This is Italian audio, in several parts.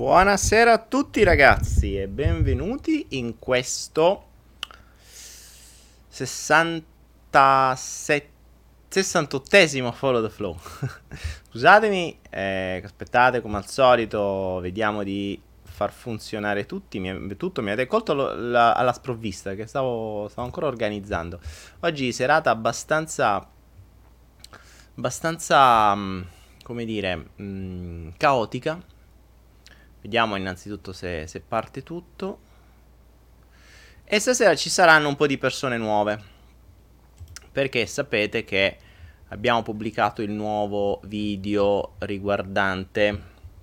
Buonasera a tutti ragazzi e benvenuti in questo 67 68esimo Follow the Flow. Scusatemi, aspettate come al solito, vediamo di far funzionare tutto, mi avete colto alla sprovvista che stavo ancora organizzando. Oggi serata abbastanza come dire, caotica. Vediamo innanzitutto se parte tutto. E stasera ci saranno un po' di persone nuove, perché sapete che abbiamo pubblicato il nuovo video riguardante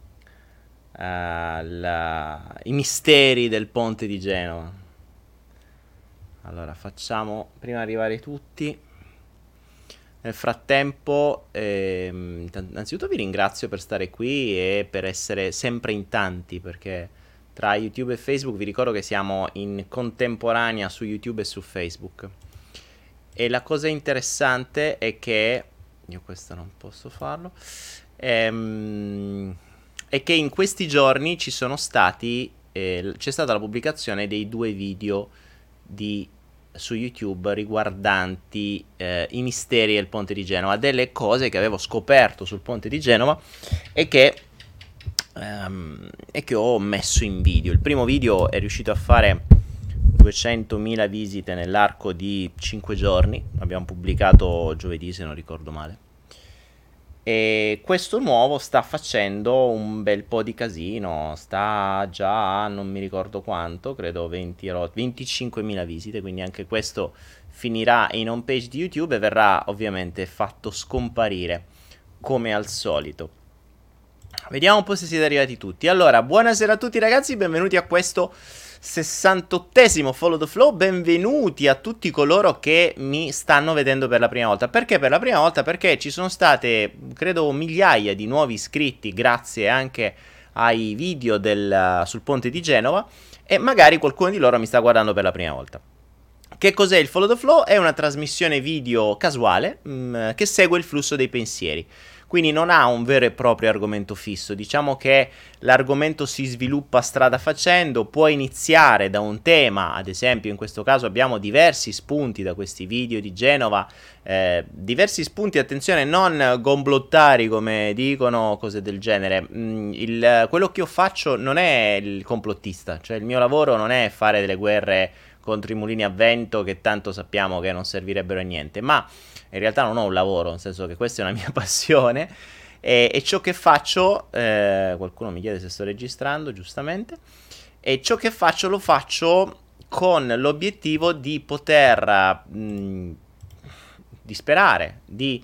i misteri del ponte di Genova. Allora facciamo prima arrivare tutti. Nel frattempo, innanzitutto vi ringrazio per stare qui e per essere sempre in tanti, perché tra YouTube e Facebook vi ricordo che siamo in contemporanea su YouTube e su Facebook. E la cosa interessante è che io questo non posso farlo. È che in questi giorni c'è stata la pubblicazione dei 2 video su YouTube riguardanti i misteri del ponte di Genova, delle cose che avevo scoperto sul ponte di Genova e che ho messo in video. Il primo video è riuscito a fare 200.000 visite nell'arco di 5 giorni, l'abbiamo pubblicato giovedì se non ricordo male. E questo nuovo sta facendo un bel po' di casino, sta già a non mi ricordo quanto, credo 25.000 visite, quindi anche questo finirà in home page di YouTube e verrà ovviamente fatto scomparire come al solito. Vediamo un po' se siete arrivati tutti. Allora, buonasera a tutti ragazzi, benvenuti a questo 68esimo Follow the Flow, benvenuti a tutti coloro che mi stanno vedendo per la prima volta. Perché per la prima volta? Perché ci sono state, credo, migliaia di nuovi iscritti grazie anche ai video sul ponte di Genova e magari qualcuno di loro mi sta guardando per la prima volta. Che cos'è il Follow the Flow? È una trasmissione video casuale che segue il flusso dei pensieri. Quindi non ha un vero e proprio argomento fisso, diciamo che l'argomento si sviluppa strada facendo, può iniziare da un tema, ad esempio in questo caso abbiamo diversi spunti da questi video di Genova, diversi spunti, attenzione, non gomblottari come dicono, cose del genere. Quello che io faccio non è il complottista, cioè il mio lavoro non è fare delle guerre contro i mulini a vento che tanto sappiamo che non servirebbero a niente, ma in realtà non ho un lavoro, nel senso che questa è una mia passione e ciò che faccio, qualcuno mi chiede se sto registrando, giustamente, e ciò che faccio lo faccio con l'obiettivo di poter disperare, di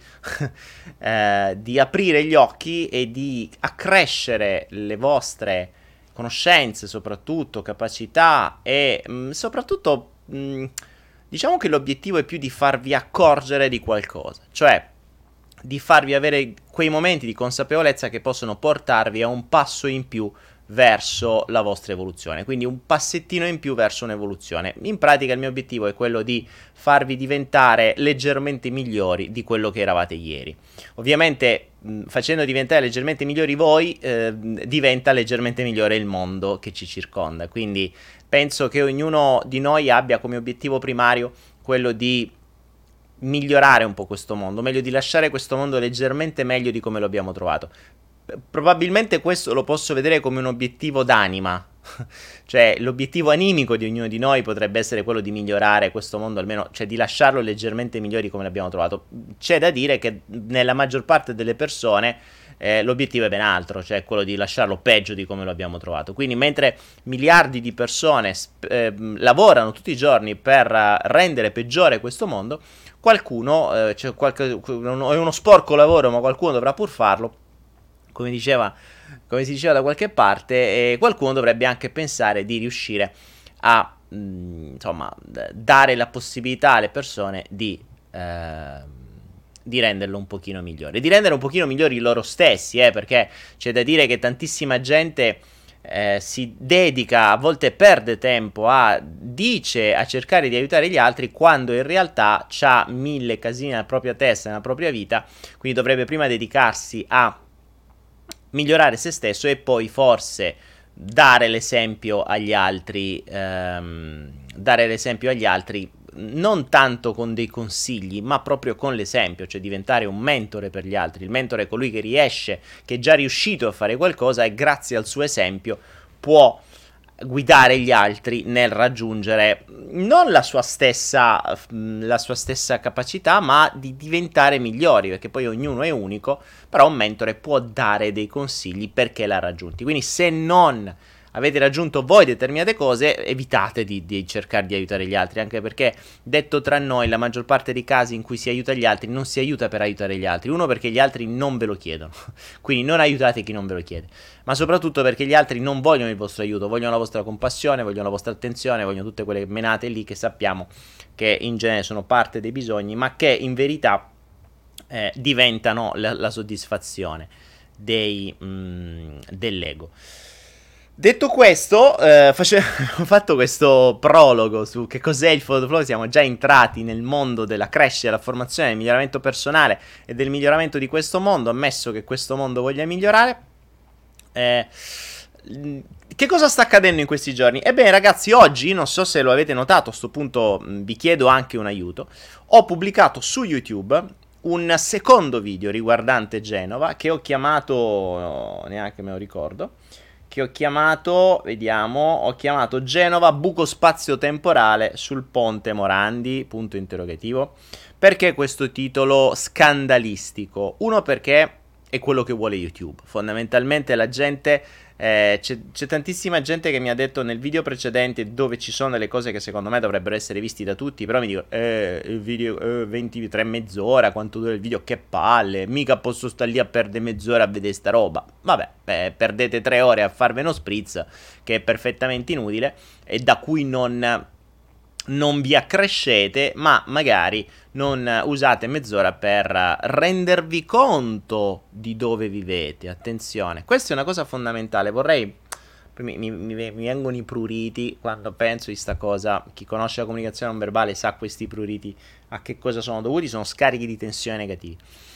aprire gli occhi e di accrescere le vostre conoscenze, soprattutto capacità e soprattutto diciamo che l'obiettivo è più di farvi accorgere di qualcosa, cioè di farvi avere quei momenti di consapevolezza che possono portarvi a un passo in più verso la vostra evoluzione, quindi un passettino in più verso un'evoluzione. In pratica il mio obiettivo è quello di farvi diventare leggermente migliori di quello che eravate ieri. Ovviamente facendo diventare leggermente migliori voi, diventa leggermente migliore il mondo che ci circonda, quindi penso che ognuno di noi abbia come obiettivo primario quello di migliorare un po' questo mondo, meglio di lasciare questo mondo leggermente meglio di come lo abbiamo trovato. Probabilmente questo lo posso vedere come un obiettivo d'anima, cioè l'obiettivo animico di ognuno di noi potrebbe essere quello di migliorare questo mondo, almeno, cioè di lasciarlo leggermente migliore di come l'abbiamo trovato. C'è da dire che nella maggior parte delle persone l'obiettivo è ben altro, cioè quello di lasciarlo peggio di come lo abbiamo trovato. Quindi mentre miliardi di persone lavorano tutti i giorni per rendere peggiore questo mondo, qualcuno, è uno sporco lavoro, ma qualcuno dovrà pur farlo, come si diceva da qualche parte, qualcuno dovrebbe anche pensare di riuscire a insomma dare la possibilità alle persone di renderlo un pochino migliore, di rendere un pochino migliori loro stessi, perché c'è da dire che tantissima gente si dedica, a volte perde tempo a cercare di aiutare gli altri, quando in realtà c'ha 1000 casini nella propria testa, nella propria vita, quindi dovrebbe prima dedicarsi a migliorare se stesso e poi forse dare l'esempio agli altri, non tanto con dei consigli, ma proprio con l'esempio, cioè diventare un mentore per gli altri. Il mentore è colui che riesce, che è già riuscito a fare qualcosa e grazie al suo esempio può guidare gli altri nel raggiungere non la sua stessa capacità, ma di diventare migliori, perché poi ognuno è unico, però un mentore può dare dei consigli perché l'ha raggiunti. Quindi se non avete raggiunto voi determinate cose, evitate di cercare di aiutare gli altri, anche perché, detto tra noi, la maggior parte dei casi in cui si aiuta gli altri non si aiuta per aiutare gli altri. Uno, perché gli altri non ve lo chiedono, quindi non aiutate chi non ve lo chiede, ma soprattutto perché gli altri non vogliono il vostro aiuto, vogliono la vostra compassione, vogliono la vostra attenzione, vogliono tutte quelle menate lì che sappiamo che in genere sono parte dei bisogni, ma che in verità diventano la soddisfazione dell'ego. Detto questo, ho fatto questo prologo su che cos'è il Photoflow. Siamo già entrati nel mondo della crescita, della formazione, del miglioramento personale e del miglioramento di questo mondo, ammesso che questo mondo voglia migliorare. Che cosa sta accadendo in questi giorni? Ebbene ragazzi, oggi, non so se lo avete notato, a sto punto vi chiedo anche un aiuto, ho pubblicato su YouTube un secondo video riguardante Genova che ho chiamato, no, neanche me lo ricordo, che ho chiamato, vediamo, ho chiamato Genova buco spazio temporale sul ponte Morandi, punto interrogativo. Perché questo titolo scandalistico? Uno, perché è quello che vuole YouTube. Fondamentalmente la gente, c'è tantissima gente che mi ha detto nel video precedente, dove ci sono delle cose che secondo me dovrebbero essere visti da tutti, però mi dico, il video 23 mezz'ora, quanto dura il video, che palle, mica posso stare lì a perdere mezz'ora a vedere sta roba. Vabbè, perdete 3 ore a farvi uno spritz, che è perfettamente inutile, e da cui non vi accrescete, ma magari non usate mezz'ora per rendervi conto di dove vivete. Attenzione, questa è una cosa fondamentale. Vorrei, mi vengono i pruriti quando penso di sta cosa. Chi conosce la comunicazione non verbale sa questi pruriti a che cosa sono dovuti. Sono scarichi di tensione negativi.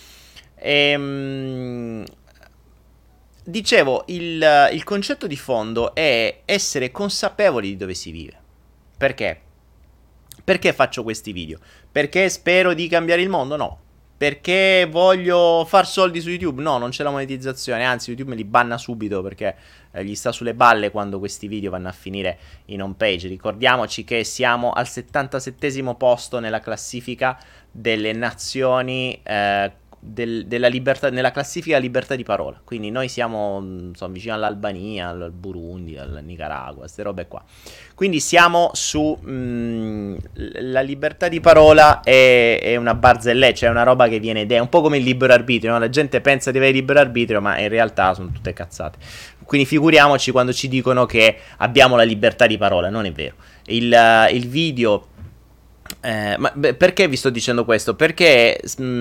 Dicevo, il concetto di fondo è essere consapevoli di dove si vive. Perché? Perché faccio questi video? Perché spero di cambiare il mondo? No. Perché voglio far soldi su YouTube? No, non c'è la monetizzazione, anzi YouTube me li banna subito perché gli sta sulle balle quando questi video vanno a finire in home page. Ricordiamoci che siamo al 77esimo posto nella classifica delle nazioni della libertà, nella classifica libertà di parola. Quindi noi siamo vicino all'Albania, al Burundi, al Nicaragua, queste robe qua. Quindi siamo su la libertà di parola è una barzelletta, cioè è una roba che viene è un po' come il libero arbitrio, no? La gente pensa di avere libero arbitrio, ma in realtà sono tutte cazzate. Quindi figuriamoci quando ci dicono che abbiamo la libertà di parola, non è vero. Il video perché vi sto dicendo questo? Perché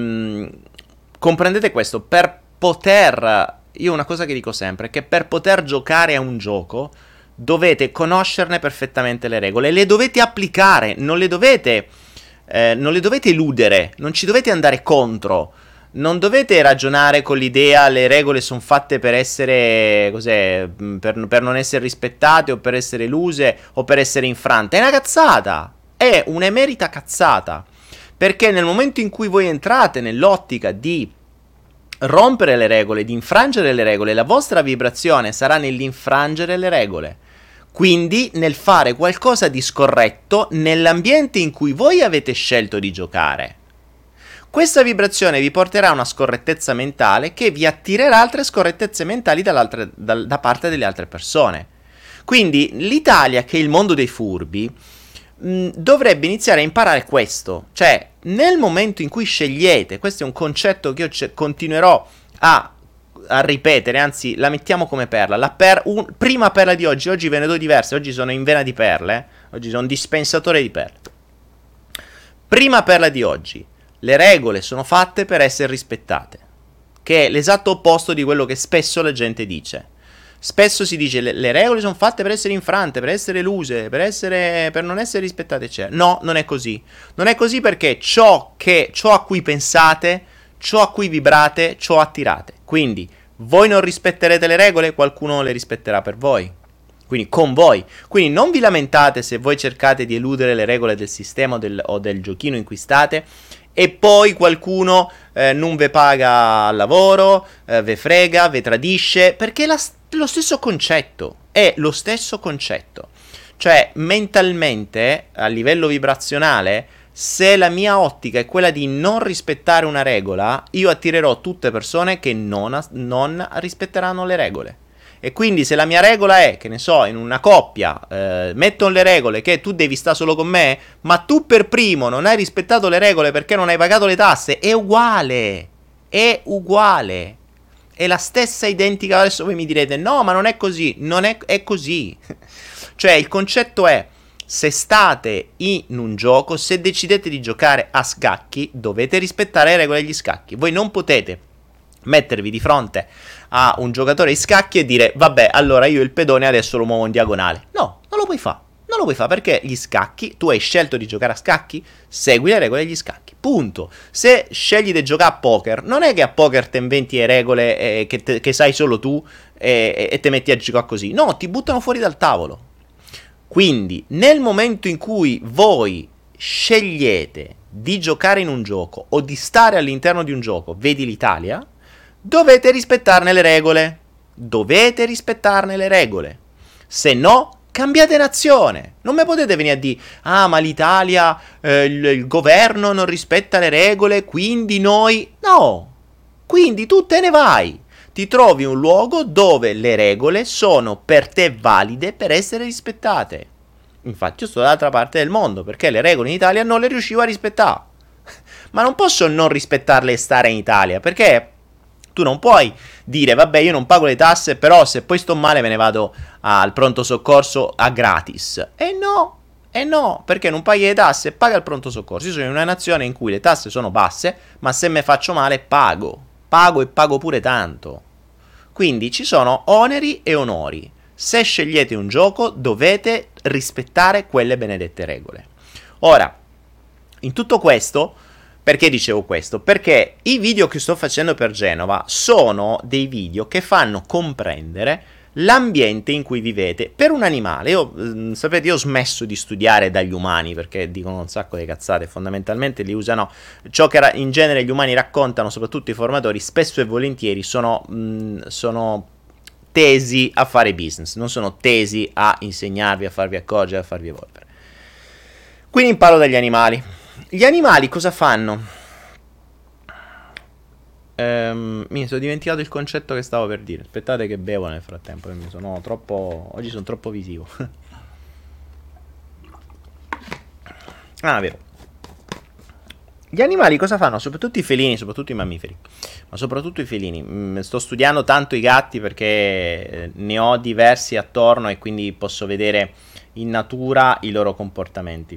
comprendete questo, per poter, io una cosa che dico sempre è che per poter giocare a un gioco dovete conoscerne perfettamente le regole, le dovete applicare, non le dovete eludere, non ci dovete andare contro, non dovete ragionare con l'idea le regole sono fatte per essere per non essere rispettate o per essere eluse o per essere infrante. È una cazzata, è un'emerita cazzata. Perché nel momento in cui voi entrate nell'ottica di rompere le regole, di infrangere le regole, la vostra vibrazione sarà nell'infrangere le regole. Quindi nel fare qualcosa di scorretto nell'ambiente in cui voi avete scelto di giocare. Questa vibrazione vi porterà a una scorrettezza mentale che vi attirerà altre scorrettezze mentali da parte delle altre persone. Quindi l'Italia, che è il mondo dei furbi, dovrebbe iniziare a imparare questo, cioè nel momento in cui scegliete, questo è un concetto che io continuerò a ripetere, anzi la mettiamo come perla, prima perla di oggi ve ne do diverse, oggi sono in vena di perle, oggi sono un dispensatore di perle. Prima perla di oggi, le regole sono fatte per essere rispettate, che è l'esatto opposto di quello che spesso la gente dice. Spesso si dice le regole sono fatte per essere infrante, per essere eluse, per non essere rispettate, eccetera. No, non è così. Non è così perché ciò a cui pensate, ciò a cui vibrate, ciò attirate. Quindi voi non rispetterete le regole, qualcuno le rispetterà per voi. quindi con voi. Quindi non vi lamentate se voi cercate di eludere le regole del sistema o del giochino in cui state e poi qualcuno non ve paga al lavoro, ve frega, ve tradisce, perché è lo stesso concetto, è lo stesso concetto. Cioè, mentalmente, a livello vibrazionale, se la mia ottica è quella di non rispettare una regola, io attirerò tutte persone che non rispetteranno le regole. E quindi se la mia regola è, che ne so, in una coppia, mettono le regole che tu devi stare solo con me, ma tu per primo non hai rispettato le regole perché non hai pagato le tasse, è uguale. È uguale. È la stessa identica. Adesso voi mi direte, no, ma non è così. Non è così. Cioè, il concetto è, se state in un gioco, se decidete di giocare a scacchi, dovete rispettare le regole degli scacchi. Voi non potete mettervi di fronte a un giocatore di scacchi e dire, vabbè, allora io il pedone adesso lo muovo in diagonale. No, non lo puoi fare. Non lo puoi fare perché gli scacchi, tu hai scelto di giocare a scacchi, segui le regole degli scacchi. Punto. Se scegli di giocare a poker, non è che a poker te inventi le regole che sai solo tu e te metti a giocare così. No, ti buttano fuori dal tavolo. Quindi, nel momento in cui voi scegliete di giocare in un gioco o di stare all'interno di un gioco, vedi l'Italia, dovete rispettarne le regole. Dovete rispettarne le regole. Se no, cambiate nazione. Non mi potete venire a dire, ah, ma l'Italia, il governo non rispetta le regole, quindi noi... No! Quindi tu te ne vai. Ti trovi un luogo dove le regole sono per te valide per essere rispettate. Infatti io sto dall'altra parte del mondo, perché le regole in Italia non le riuscivo a rispettare. Ma non posso non rispettarle e stare in Italia, perché tu non puoi dire, vabbè, io non pago le tasse, però se poi sto male me ne vado al pronto soccorso a gratis. E no, perché non paghi le tasse, paga il pronto soccorso. Io sono in una nazione in cui le tasse sono basse, ma se me faccio male pago e pago pure tanto. Quindi ci sono oneri e onori. Se scegliete un gioco dovete rispettare quelle benedette regole. Ora, in tutto questo, perché dicevo questo? Perché i video che sto facendo per Genova sono dei video che fanno comprendere l'ambiente in cui vivete per un animale. Sapete, io ho smesso di studiare dagli umani perché dicono un sacco di cazzate, fondamentalmente li usano, ciò che in genere gli umani raccontano, soprattutto i formatori, spesso e volentieri sono tesi a fare business, non sono tesi a insegnarvi, a farvi accorgere, a farvi evolvere. Quindi imparo dagli animali. Gli animali cosa fanno? Mi sono dimenticato il concetto che stavo per dire. Aspettate che bevo nel frattempo. Oggi sono troppo visivo. Vero. Gli animali cosa fanno? Soprattutto i felini, soprattutto i mammiferi. Ma soprattutto i felini. Sto studiando tanto i gatti perché ne ho diversi attorno e quindi posso vedere in natura i loro comportamenti.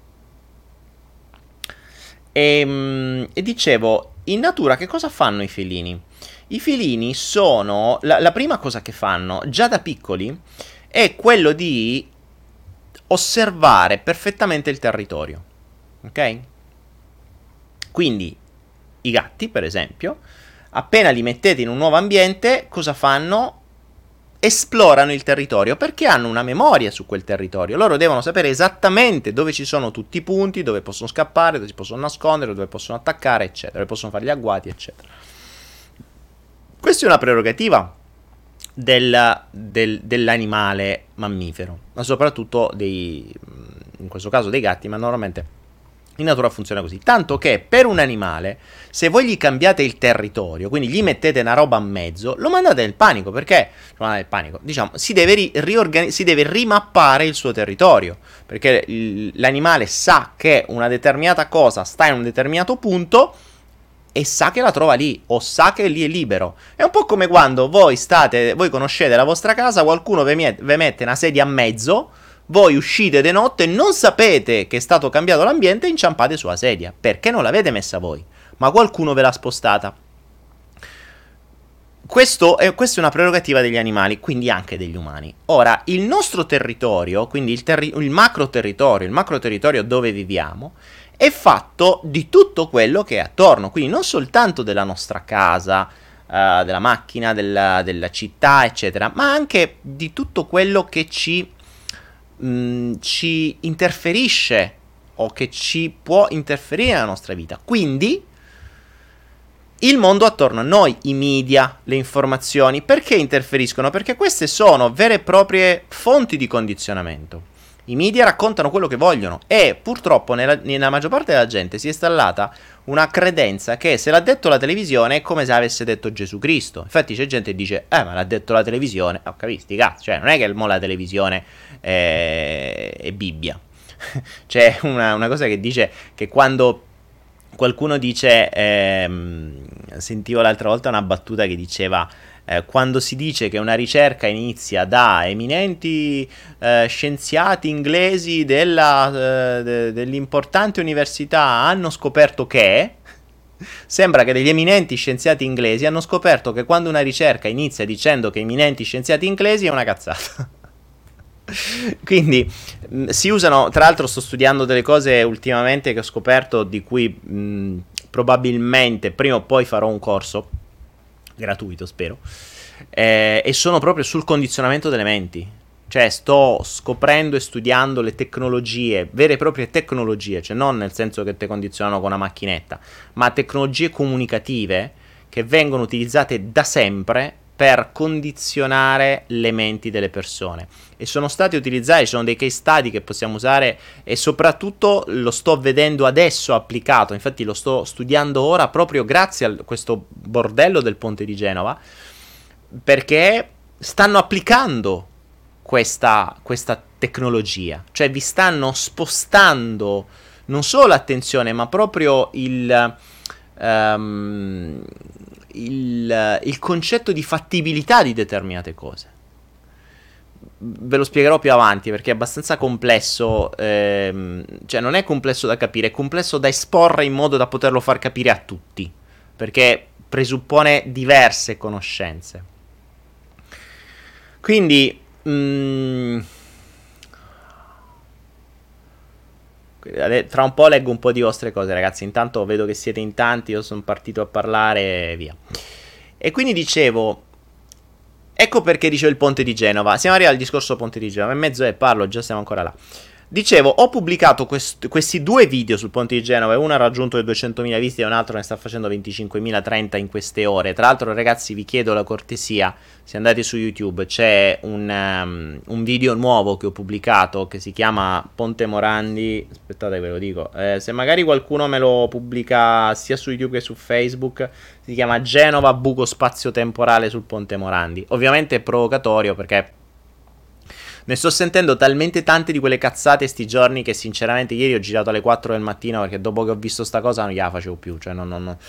E dicevo, in natura che cosa fanno i felini? I felini sono, la prima cosa che fanno, già da piccoli, è quello di osservare perfettamente il territorio, ok? Quindi, i gatti, per esempio, appena li mettete in un nuovo ambiente, cosa fanno? Esplorano il territorio perché hanno una memoria su quel territorio. Loro devono sapere esattamente dove ci sono tutti i punti, dove possono scappare, dove si possono nascondere, dove possono attaccare, eccetera, dove possono fare gli agguati, eccetera. Questa è una prerogativa dell'animale mammifero, ma soprattutto in questo caso dei gatti, ma normalmente in natura funziona così. Tanto che per un animale, se voi gli cambiate il territorio, quindi gli mettete una roba a mezzo, lo mandate nel panico, perché diciamo, si deve rimappare il suo territorio, perché l'animale sa che una determinata cosa sta in un determinato punto e sa che la trova lì, o sa che lì è libero. È un po' come quando voi conoscete la vostra casa, qualcuno vi mette una sedia a mezzo, voi uscite di notte, non sapete che è stato cambiato l'ambiente e inciampate sulla sedia. Perché non l'avete messa voi? Ma qualcuno ve l'ha spostata. Questa è una prerogativa degli animali, quindi anche degli umani. Ora, il nostro territorio, quindi il macro territorio dove viviamo, è fatto di tutto quello che è attorno. Quindi non soltanto della nostra casa, della macchina, della città, eccetera, ma anche di tutto quello che ci interferisce o che ci può interferire nella nostra vita. Quindi il mondo attorno a noi, i media, le informazioni, perché interferiscono? Perché queste sono vere e proprie fonti di condizionamento. I media raccontano quello che vogliono e purtroppo nella maggior parte della gente si è installata una credenza che se l'ha detto la televisione è come se avesse detto Gesù Cristo. Infatti c'è gente che dice, ma l'ha detto la televisione. Ho capito, sti cazzo, cioè non è che la televisione è Bibbia. C'è una cosa che dice che quando qualcuno dice, sentivo l'altra volta una battuta che diceva, quando si dice che una ricerca inizia da eminenti scienziati inglesi dell'importante università hanno scoperto che, sembra che degli eminenti scienziati inglesi hanno scoperto che quando una ricerca inizia dicendo che eminenti scienziati inglesi è una cazzata. Quindi si usano, tra l'altro sto studiando delle cose ultimamente che ho scoperto di cui probabilmente prima o poi farò un corso gratuito, spero, e sono proprio sul condizionamento delle menti. Cioè sto scoprendo e studiando le tecnologie, vere e proprie tecnologie, cioè non nel senso che te condizionano con una macchinetta, ma tecnologie comunicative che vengono utilizzate da sempre per condizionare le menti delle persone e sono stati utilizzati, ci sono dei case study che possiamo usare e soprattutto lo sto vedendo adesso applicato, infatti lo sto studiando ora proprio grazie a questo bordello del ponte di Genova, perché stanno applicando questa tecnologia, cioè vi stanno spostando non solo l'attenzione ma proprio il concetto di fattibilità di determinate cose. Ve lo spiegherò più avanti perché è abbastanza complesso, cioè non è complesso da capire, è complesso da esporre in modo da poterlo far capire a tutti, perché presuppone diverse conoscenze. Quindi tra un po' leggo un po' di vostre cose, ragazzi. Intanto vedo che siete in tanti, io sono partito a parlare e via. E quindi dicevo, ecco perché dicevo il ponte di Genova. Siamo arrivati al discorso ponte di Genova, e mezzo parlo, già siamo ancora là. Dicevo, ho pubblicato questi due video sul ponte di Genova e uno ha raggiunto le 200.000 visite e un altro ne sta facendo 25.030 in queste ore. Tra l'altro, ragazzi, vi chiedo la cortesia, se andate su YouTube c'è un video nuovo che ho pubblicato che si chiama Ponte Morandi. Aspettate, ve lo dico. Se magari qualcuno me lo pubblica sia su YouTube che su Facebook, si chiama Genova buco spazio temporale sul Ponte Morandi. Ovviamente è provocatorio perché ne sto sentendo talmente tante di quelle cazzate sti giorni che sinceramente ieri ho girato alle 4 del mattino perché dopo che ho visto sta cosa non gliela facevo più. Cioè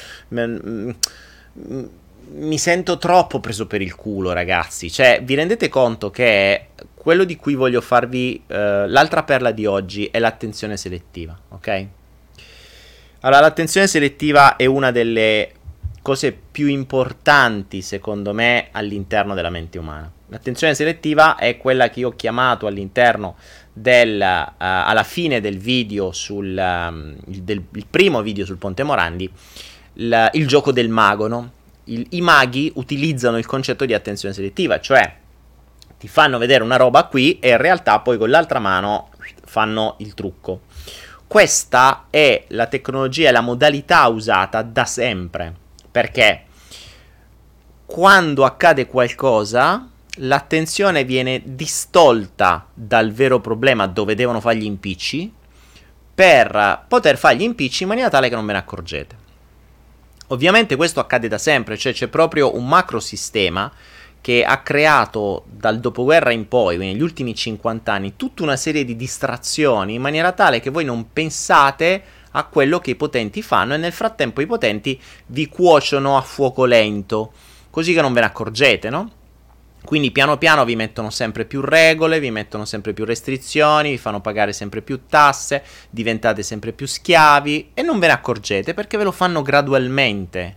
mi sento troppo preso per il culo, ragazzi. Cioè vi rendete conto che quello di cui voglio farvi l'altra perla di oggi è l'attenzione selettiva, ok? Allora, l'attenzione selettiva è una delle cose più importanti secondo me all'interno della mente umana. L'attenzione selettiva è quella che io ho chiamato all'interno alla fine del video il primo video sul Ponte Morandi, il gioco del mago, no? I maghi utilizzano il concetto di attenzione selettiva, cioè ti fanno vedere una roba qui e in realtà poi con l'altra mano fanno il trucco. Questa è la tecnologia e la modalità usata da sempre, perché quando accade qualcosa l'attenzione viene distolta dal vero problema dove devono fare gli impicci per poter fare gli impicci in maniera tale che non ve ne accorgete. Ovviamente questo accade da sempre, cioè c'è proprio un macro sistema che ha creato dal dopoguerra in poi, quindi negli ultimi 50 anni, tutta una serie di distrazioni in maniera tale che voi non pensate a quello che i potenti fanno e nel frattempo i potenti vi cuociono a fuoco lento, così che non ve ne accorgete, no? Quindi piano piano vi mettono sempre più regole, vi mettono sempre più restrizioni, vi fanno pagare sempre più tasse, diventate sempre più schiavi e non ve ne accorgete perché ve lo fanno gradualmente.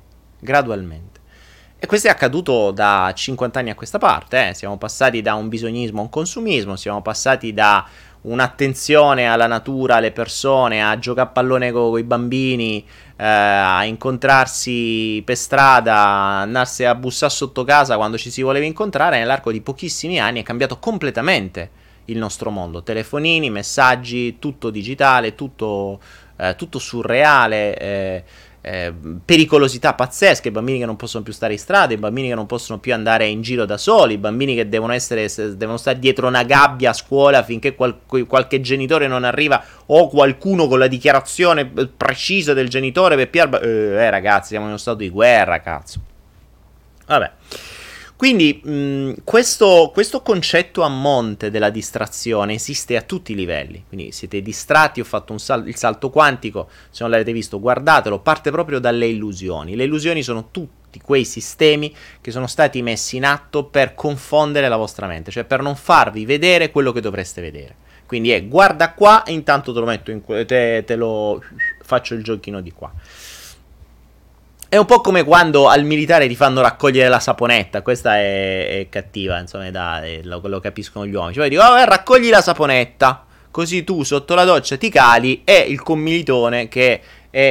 E questo è accaduto da 50 anni a questa parte, Siamo passati da un bisognismo a un consumismo, siamo passati da un'attenzione alla natura, alle persone, a giocare a pallone con i bambini, a incontrarsi per strada, andarsi a bussare sotto casa quando ci si voleva incontrare, nell'arco di pochissimi anni è cambiato completamente il nostro mondo. Telefonini, messaggi, tutto digitale, tutto surreale, pericolosità pazzesche, bambini che non possono più stare in strada, i bambini che non possono più andare in giro da soli, i bambini che devono stare dietro una gabbia a scuola finché qualche genitore non arriva, o qualcuno con la dichiarazione precisa del genitore ragazzi, siamo in uno stato di guerra, cazzo. Vabbè. Quindi questo concetto a monte della distrazione esiste a tutti i livelli. Quindi siete distratti, ho fatto il salto quantico, se non l'avete visto guardatelo, parte proprio dalle illusioni. Le illusioni sono tutti quei sistemi che sono stati messi in atto per confondere la vostra mente, cioè per non farvi vedere quello che dovreste vedere. Quindi guarda qua e intanto te lo metto te lo faccio il giochino di qua. È un po' come quando al militare ti fanno raccogliere la saponetta. Questa è cattiva, insomma, lo capiscono gli uomini. Cioè dico, raccogli la saponetta, così tu sotto la doccia ti cali e il commilitone che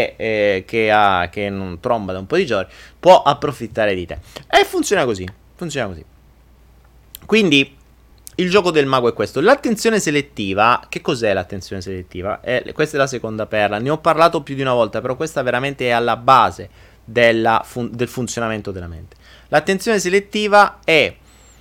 non tromba da un po' di giorni può approfittare di te. E funziona così. Quindi il gioco del mago è questo. L'attenzione selettiva, che cos'è l'attenzione selettiva? Questa è la seconda perla. Ne ho parlato più di una volta, però questa veramente è alla base del funzionamento della mente. L'attenzione selettiva è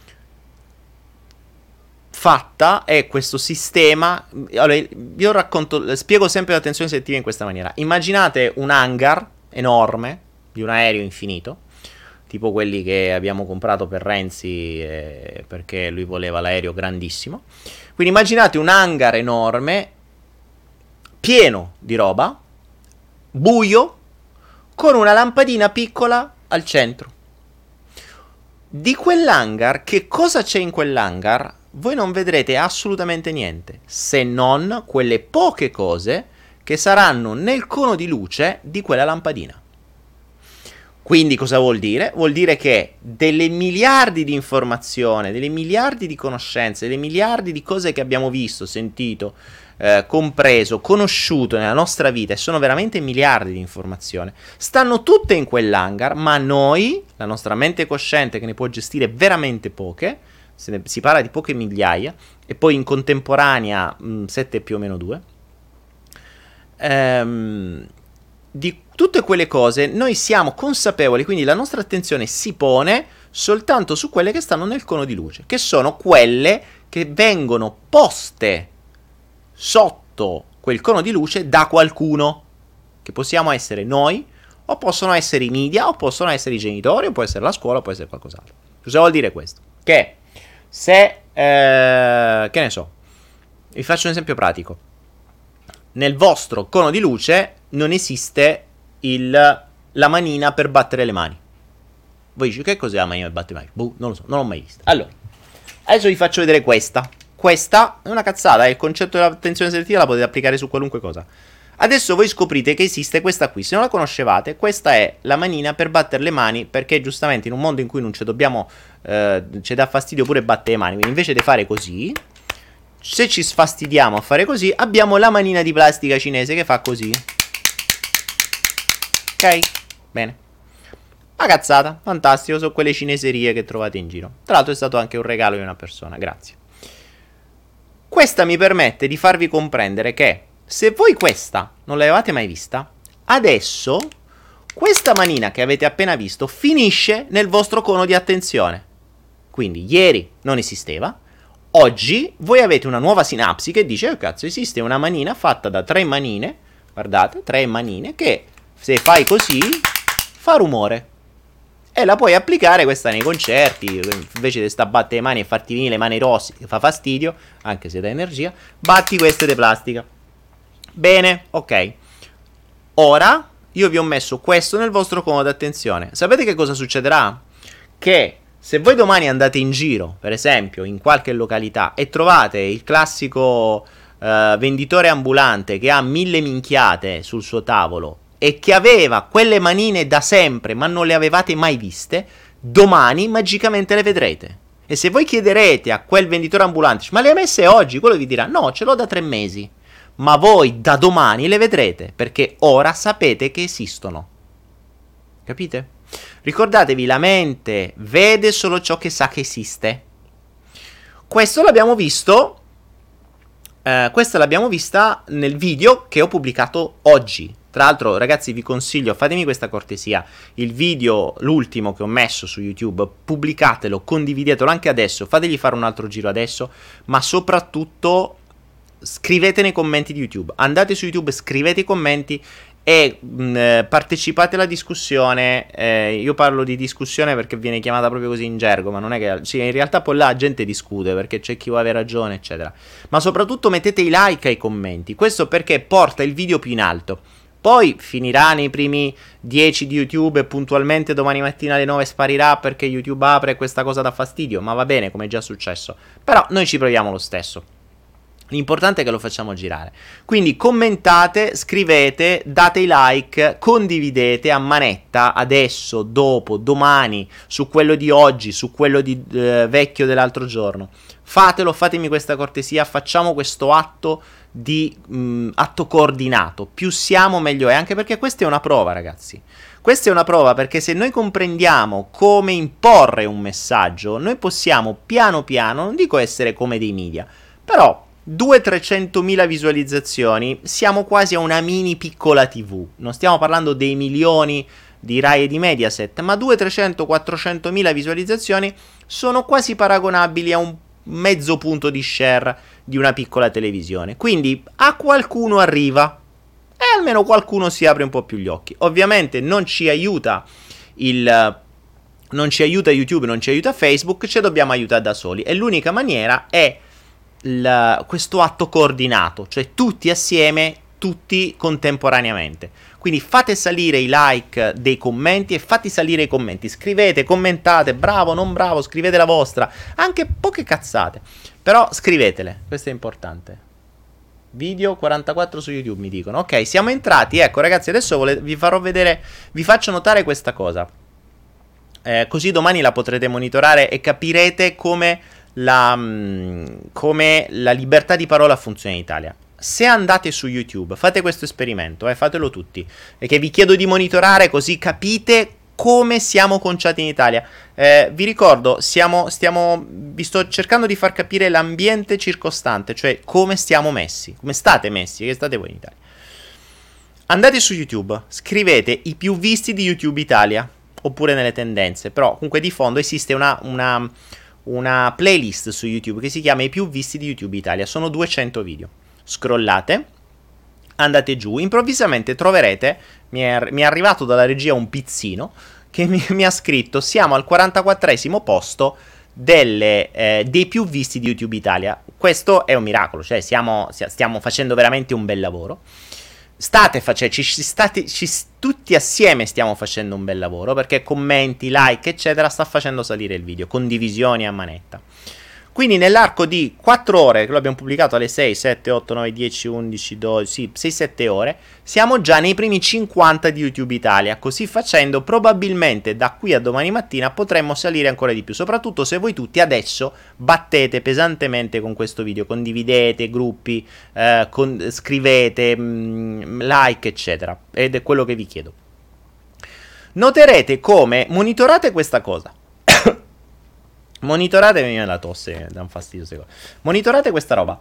questo sistema. Allora, io spiego sempre l'attenzione selettiva in questa maniera. Immaginate un hangar enorme di un aereo infinito, tipo quelli che abbiamo comprato per Renzi, perché lui voleva l'aereo grandissimo. Quindi immaginate un hangar enorme pieno di roba, buio, con una lampadina piccola al centro. Di quell'hangar, che cosa c'è in quell'hangar? Voi non vedrete assolutamente niente, se non quelle poche cose che saranno nel cono di luce di quella lampadina. Quindi cosa vuol dire? Vuol dire che delle miliardi di informazioni, delle miliardi di conoscenze, delle miliardi di cose che abbiamo visto, sentito, compreso, conosciuto nella nostra vita, e sono veramente miliardi di informazioni, stanno tutte in quell'hangar, ma noi, la nostra mente cosciente che ne può gestire veramente poche, si parla di poche migliaia, e poi in contemporanea 7 più o meno 2, di tutte quelle cose noi siamo consapevoli, quindi la nostra attenzione si pone soltanto su quelle che stanno nel cono di luce, che sono quelle che vengono poste sotto quel cono di luce da qualcuno, che possiamo essere noi, o possono essere i media, o possono essere i genitori, o può essere la scuola, o può essere qualcos'altro. Cosa vuol dire questo? Che se, che ne so, vi faccio un esempio pratico. Nel vostro cono di luce non esiste la manina per battere le mani. Voi dici, che cos'è la manina per battere le mani? Non lo so, non l'ho mai vista. Allora, adesso vi faccio vedere questa. Questa è una cazzata, il concetto dell'attenzione selettiva la potete applicare su qualunque cosa. Adesso voi scoprite che esiste questa qui. Se non la conoscevate, questa è la manina per battere le mani, perché giustamente in un mondo in cui non ci dobbiamo, ci dà fastidio pure battere le mani, quindi invece di fare così, se ci sfastidiamo a fare così, abbiamo la manina di plastica cinese che fa così. Ok? Bene. Una cazzata, fantastico, sono quelle cineserie che trovate in giro. Tra l'altro è stato anche un regalo di una persona, grazie. Questa mi permette di farvi comprendere che se voi questa non l'avevate mai vista, adesso questa manina che avete appena visto finisce nel vostro cono di attenzione. Quindi ieri non esisteva, oggi voi avete una nuova sinapsi che dice, oh cazzo, esiste una manina fatta da 3 manine, guardate, 3 manine, che se fai così fa rumore. E la puoi applicare questa nei concerti, invece di sta battere le mani e farti venire le mani rosse, che fa fastidio, anche se dà energia, batti queste di plastica. Bene, ok. Ora io vi ho messo questo nel vostro cono d'attenzione. Sapete che cosa succederà? Che se voi domani andate in giro, per esempio, in qualche località e trovate il classico venditore ambulante che ha 1000 minchiate sul suo tavolo e che aveva quelle manine da sempre ma non le avevate mai viste, domani magicamente le vedrete. E se voi chiederete a quel venditore ambulante, ma le hai messe oggi? Quello vi dirà, no, ce l'ho da 3 mesi. Ma voi da domani le vedrete, perché ora sapete che esistono. Capite? Ricordatevi, la mente vede solo ciò che sa che esiste. Questo l'abbiamo visto. Questa l'abbiamo vista nel video che ho pubblicato oggi. Tra l'altro, ragazzi, vi consiglio, fatemi questa cortesia, il video, l'ultimo che ho messo su YouTube, pubblicatelo, condividetelo anche adesso, fategli fare un altro giro adesso, ma soprattutto scrivete nei commenti di YouTube, andate su YouTube, scrivete i commenti e partecipate alla discussione. Io parlo di discussione perché viene chiamata proprio così in gergo, ma non è che... Sì, in realtà poi là la gente discute perché c'è chi vuole avere ragione, eccetera. Ma soprattutto mettete i like ai commenti, questo perché porta il video più in alto. Poi finirà nei primi 10 di YouTube e puntualmente domani mattina alle 9 sparirà perché YouTube apre e questa cosa dà fastidio, ma va bene, come è già successo. Però noi ci proviamo lo stesso. L'importante è che lo facciamo girare. Quindi commentate, scrivete, date i like, condividete a manetta, adesso, dopo, domani, su quello di oggi, su quello di vecchio dell'altro giorno. Fatelo, fatemi questa cortesia, facciamo questo atto di atto coordinato. Più siamo meglio è, anche perché questa è una prova, ragazzi. Questa è una prova perché se noi comprendiamo come imporre un messaggio, noi possiamo piano piano, non dico essere come dei media, però 200-300 mila visualizzazioni, siamo quasi a una mini piccola TV. Non stiamo parlando dei milioni di Rai e di Mediaset, ma 200-300-400 mila visualizzazioni sono quasi paragonabili a un mezzo punto di share di una piccola televisione. Quindi a qualcuno arriva e almeno qualcuno si apre un po' più gli occhi. Ovviamente non ci aiuta YouTube, non ci aiuta Facebook, ci dobbiamo aiutare da soli e l'unica maniera è questo atto coordinato, cioè tutti assieme, tutti contemporaneamente. Quindi fate salire i like dei commenti e fate salire i commenti, scrivete, commentate, bravo, non bravo, scrivete la vostra, anche poche cazzate, però scrivetele, questo è importante. Video 44 su YouTube mi dicono. Ok, siamo entrati, ecco ragazzi, adesso vi farò vedere, vi faccio notare questa cosa, così domani la potrete monitorare e capirete come la libertà di parola funziona in Italia. Se andate su YouTube, fate questo esperimento, fatelo tutti, e che vi chiedo di monitorare così capite come siamo conciati in Italia. Vi ricordo, vi sto cercando di far capire l'ambiente circostante, cioè come stiamo messi, come state messi, che state voi in Italia. Andate su YouTube, scrivete i più visti di YouTube Italia, oppure nelle tendenze, però comunque di fondo esiste una playlist su YouTube che si chiama i più visti di YouTube Italia, sono 200 video. Scrollate, andate giù, improvvisamente troverete, mi è arrivato dalla regia un pizzino che mi ha scritto siamo al 44esimo posto dei più visti di YouTube Italia. Questo è un miracolo, cioè stiamo facendo veramente un bel lavoro. Tutti assieme stiamo facendo un bel lavoro, perché commenti, like eccetera sta facendo salire il video, condivisioni a manetta. Quindi nell'arco di 4 ore, che lo abbiamo pubblicato alle 6, 7, 8, 9, 10, 11, 12, sì, 6-7 ore, siamo già nei primi 50 di YouTube Italia. Così facendo, probabilmente da qui a domani mattina potremmo salire ancora di più. Soprattutto se voi tutti adesso battete pesantemente con questo video, condividete, gruppi, scrivete, like, eccetera. Ed è quello che vi chiedo. Noterete come monitorate questa cosa. Monitoratemi la tosse, dà un fastidio se cosa. Monitorate questa roba.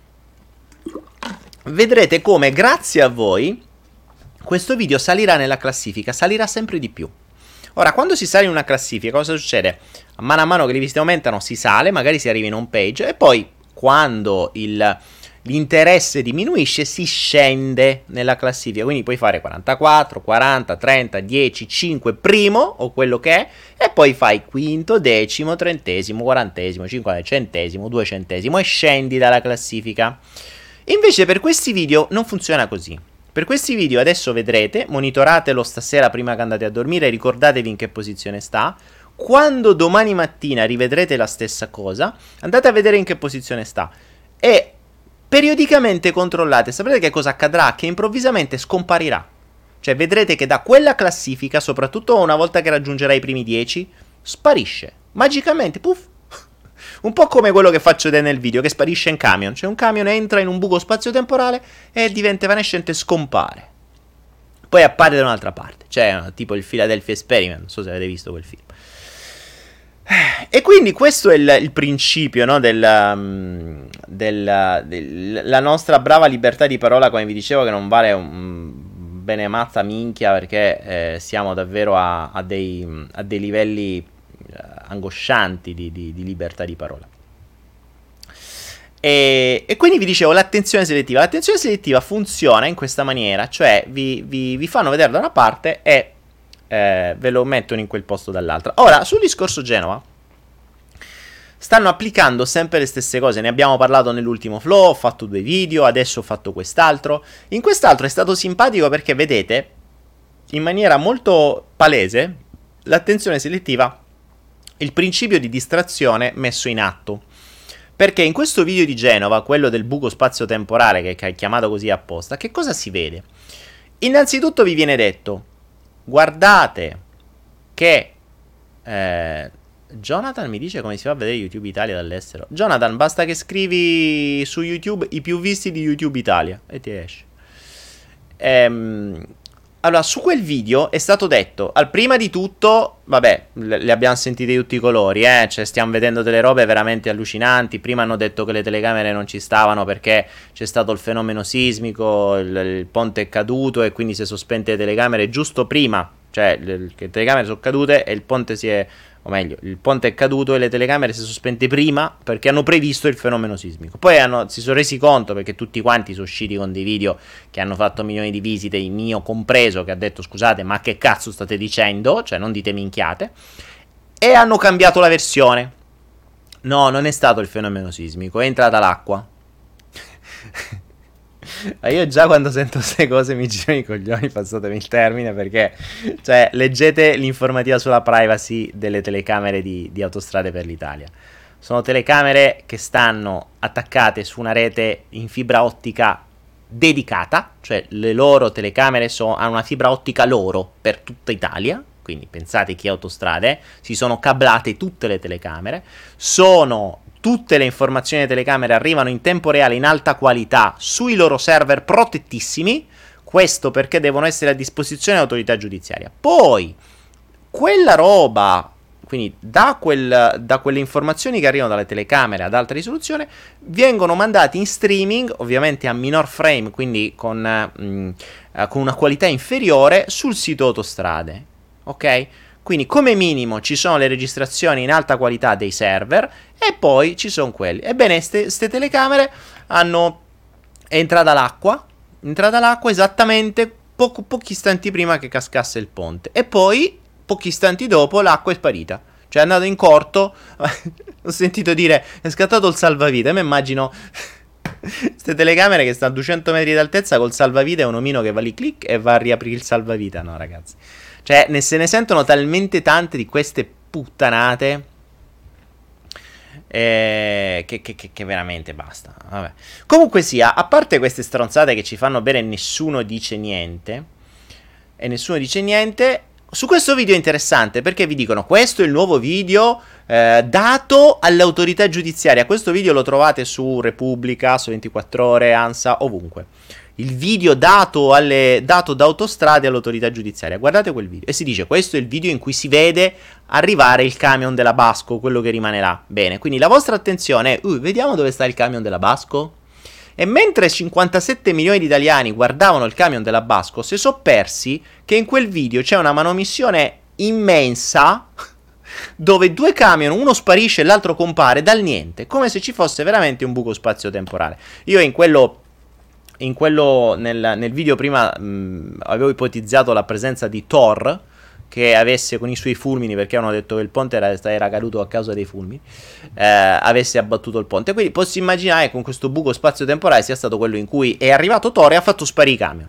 Vedrete come grazie a voi questo video salirà nella classifica, salirà sempre di più. Ora, quando si sale in una classifica, cosa succede? A mano che le visite aumentano si sale, magari si arriva in home page e poi quando l'interesse diminuisce si scende nella classifica, quindi puoi fare 44, 40, 30, 10, 5, primo o quello che è, e poi fai quinto, decimo, trentesimo, quarantesimo, cinquantesimo, centesimo, duecentesimo e scendi dalla classifica. Invece per questi video non funziona così. Per questi video adesso vedrete, monitoratelo stasera prima che andate a dormire, ricordatevi in che posizione sta. Quando domani mattina rivedrete la stessa cosa, andate a vedere in che posizione sta e periodicamente controllate, saprete che cosa accadrà? Che improvvisamente scomparirà. Cioè vedrete che da quella classifica, soprattutto una volta che raggiungerà i primi 10, sparisce. Magicamente, puff, Un po' come quello che faccio vedere nel video, che sparisce in camion. Cioè un camion entra in un buco spazio-temporale e diventa evanescente e scompare. Poi appare da un'altra parte. Cioè, tipo il Philadelphia Experiment. Non so se avete visto quel film. E quindi questo è il principio, no, della nostra brava libertà di parola, come vi dicevo, che non vale un bene mazza minchia, perché siamo davvero a dei livelli angoscianti di libertà di parola. E quindi vi dicevo, l'attenzione selettiva. L'attenzione selettiva funziona in questa maniera, cioè vi fanno vedere da una parte e ve lo mettono in quel posto dall'altra. Ora, sul discorso Genova stanno applicando sempre le stesse cose. Ne abbiamo parlato nell'ultimo flow, ho fatto 2 video, adesso ho fatto quest'altro. In quest'altro è stato simpatico perché, vedete, in maniera molto palese, l'attenzione selettiva, il principio di distrazione messo in atto. Perché in questo video di Genova, quello del buco spazio-temporale, che è chiamato così apposta, che cosa si vede? Innanzitutto vi viene detto: guardate che Jonathan mi dice come si fa a vedere YouTube Italia dall'estero. Jonathan, basta che scrivi su YouTube i più visti di YouTube Italia e ti esce. Allora, su quel video è stato detto, prima di tutto, vabbè, le abbiamo sentite tutti i colori, cioè stiamo vedendo delle robe veramente allucinanti. Prima hanno detto che le telecamere non ci stavano perché c'è stato il fenomeno sismico, il ponte è caduto e quindi si è sospente le telecamere giusto prima, cioè le telecamere sono cadute e il ponte o meglio, il ponte è caduto e le telecamere si sono sospente prima perché hanno previsto il fenomeno sismico. Poi si sono resi conto, perché tutti quanti sono usciti con dei video che hanno fatto milioni di visite, il mio compreso, che ha detto: scusate, ma che cazzo state dicendo? Cioè, non dite minchiate. E hanno cambiato la versione. No, non è stato il fenomeno sismico, è entrata l'acqua. Ma io già quando sento queste cose mi girano i coglioni, passatemi il termine, perché, cioè, leggete l'informativa sulla privacy delle telecamere di Autostrade per l'Italia. Sono telecamere che stanno attaccate su una rete in fibra ottica dedicata, cioè le loro telecamere hanno una fibra ottica loro per tutta Italia. Quindi pensate che Autostrade, si sono cablate tutte le telecamere, tutte le informazioni delle telecamere arrivano in tempo reale, in alta qualità, sui loro server protettissimi. Questo perché devono essere a disposizione dell'autorità giudiziaria. Poi, quella roba, quindi da quelle informazioni che arrivano dalle telecamere ad alta risoluzione, vengono mandati in streaming, ovviamente a minor frame, quindi con una qualità inferiore, sul sito Autostrade. Ok? Quindi come minimo ci sono le registrazioni in alta qualità dei server e poi ci sono quelli. Ebbene, queste telecamere hanno entrata l'acqua esattamente pochi istanti prima che cascasse il ponte. E poi, pochi istanti dopo, l'acqua è sparita. Cioè è andato in corto, ho sentito dire, è scattato il salvavita. E mi immagino queste telecamere che stanno a 200 metri d'altezza col salvavita e un omino che va lì, clic, e va a riaprire il salvavita. No, ragazzi. Cioè, se ne sentono talmente tante di queste puttanate che veramente basta. Vabbè. Comunque sia, a parte queste stronzate che ci fanno bere e nessuno dice niente, su questo video è interessante perché vi dicono: questo è il nuovo video dato all'autorità giudiziaria. Questo video lo trovate su Repubblica, su 24 Ore, ANSA, ovunque. Il video dato da Autostrade all'autorità giudiziaria. Guardate quel video. E si dice: questo è il video in cui si vede arrivare il camion della Basco, quello che rimanerà. Bene, quindi la vostra attenzione è: vediamo dove sta il camion della Basco. E mentre 57 milioni di italiani guardavano il camion della Basco, si sono persi che in quel video c'è una manomissione immensa dove 2 camion, uno sparisce e l'altro compare dal niente, come se ci fosse veramente un buco spazio-temporale. Io nel video prima avevo ipotizzato la presenza di Thor, che avesse, con i suoi fulmini, perché hanno detto che il ponte era caduto a causa dei fulmini, avesse abbattuto il ponte. Quindi posso immaginare che con questo buco spazio-temporale sia stato quello in cui è arrivato Thor e ha fatto sparire i camion.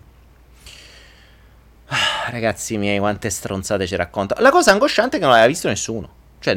Ragazzi miei, quante stronzate ci racconta. La cosa angosciante è che non l'aveva visto nessuno. Cioè,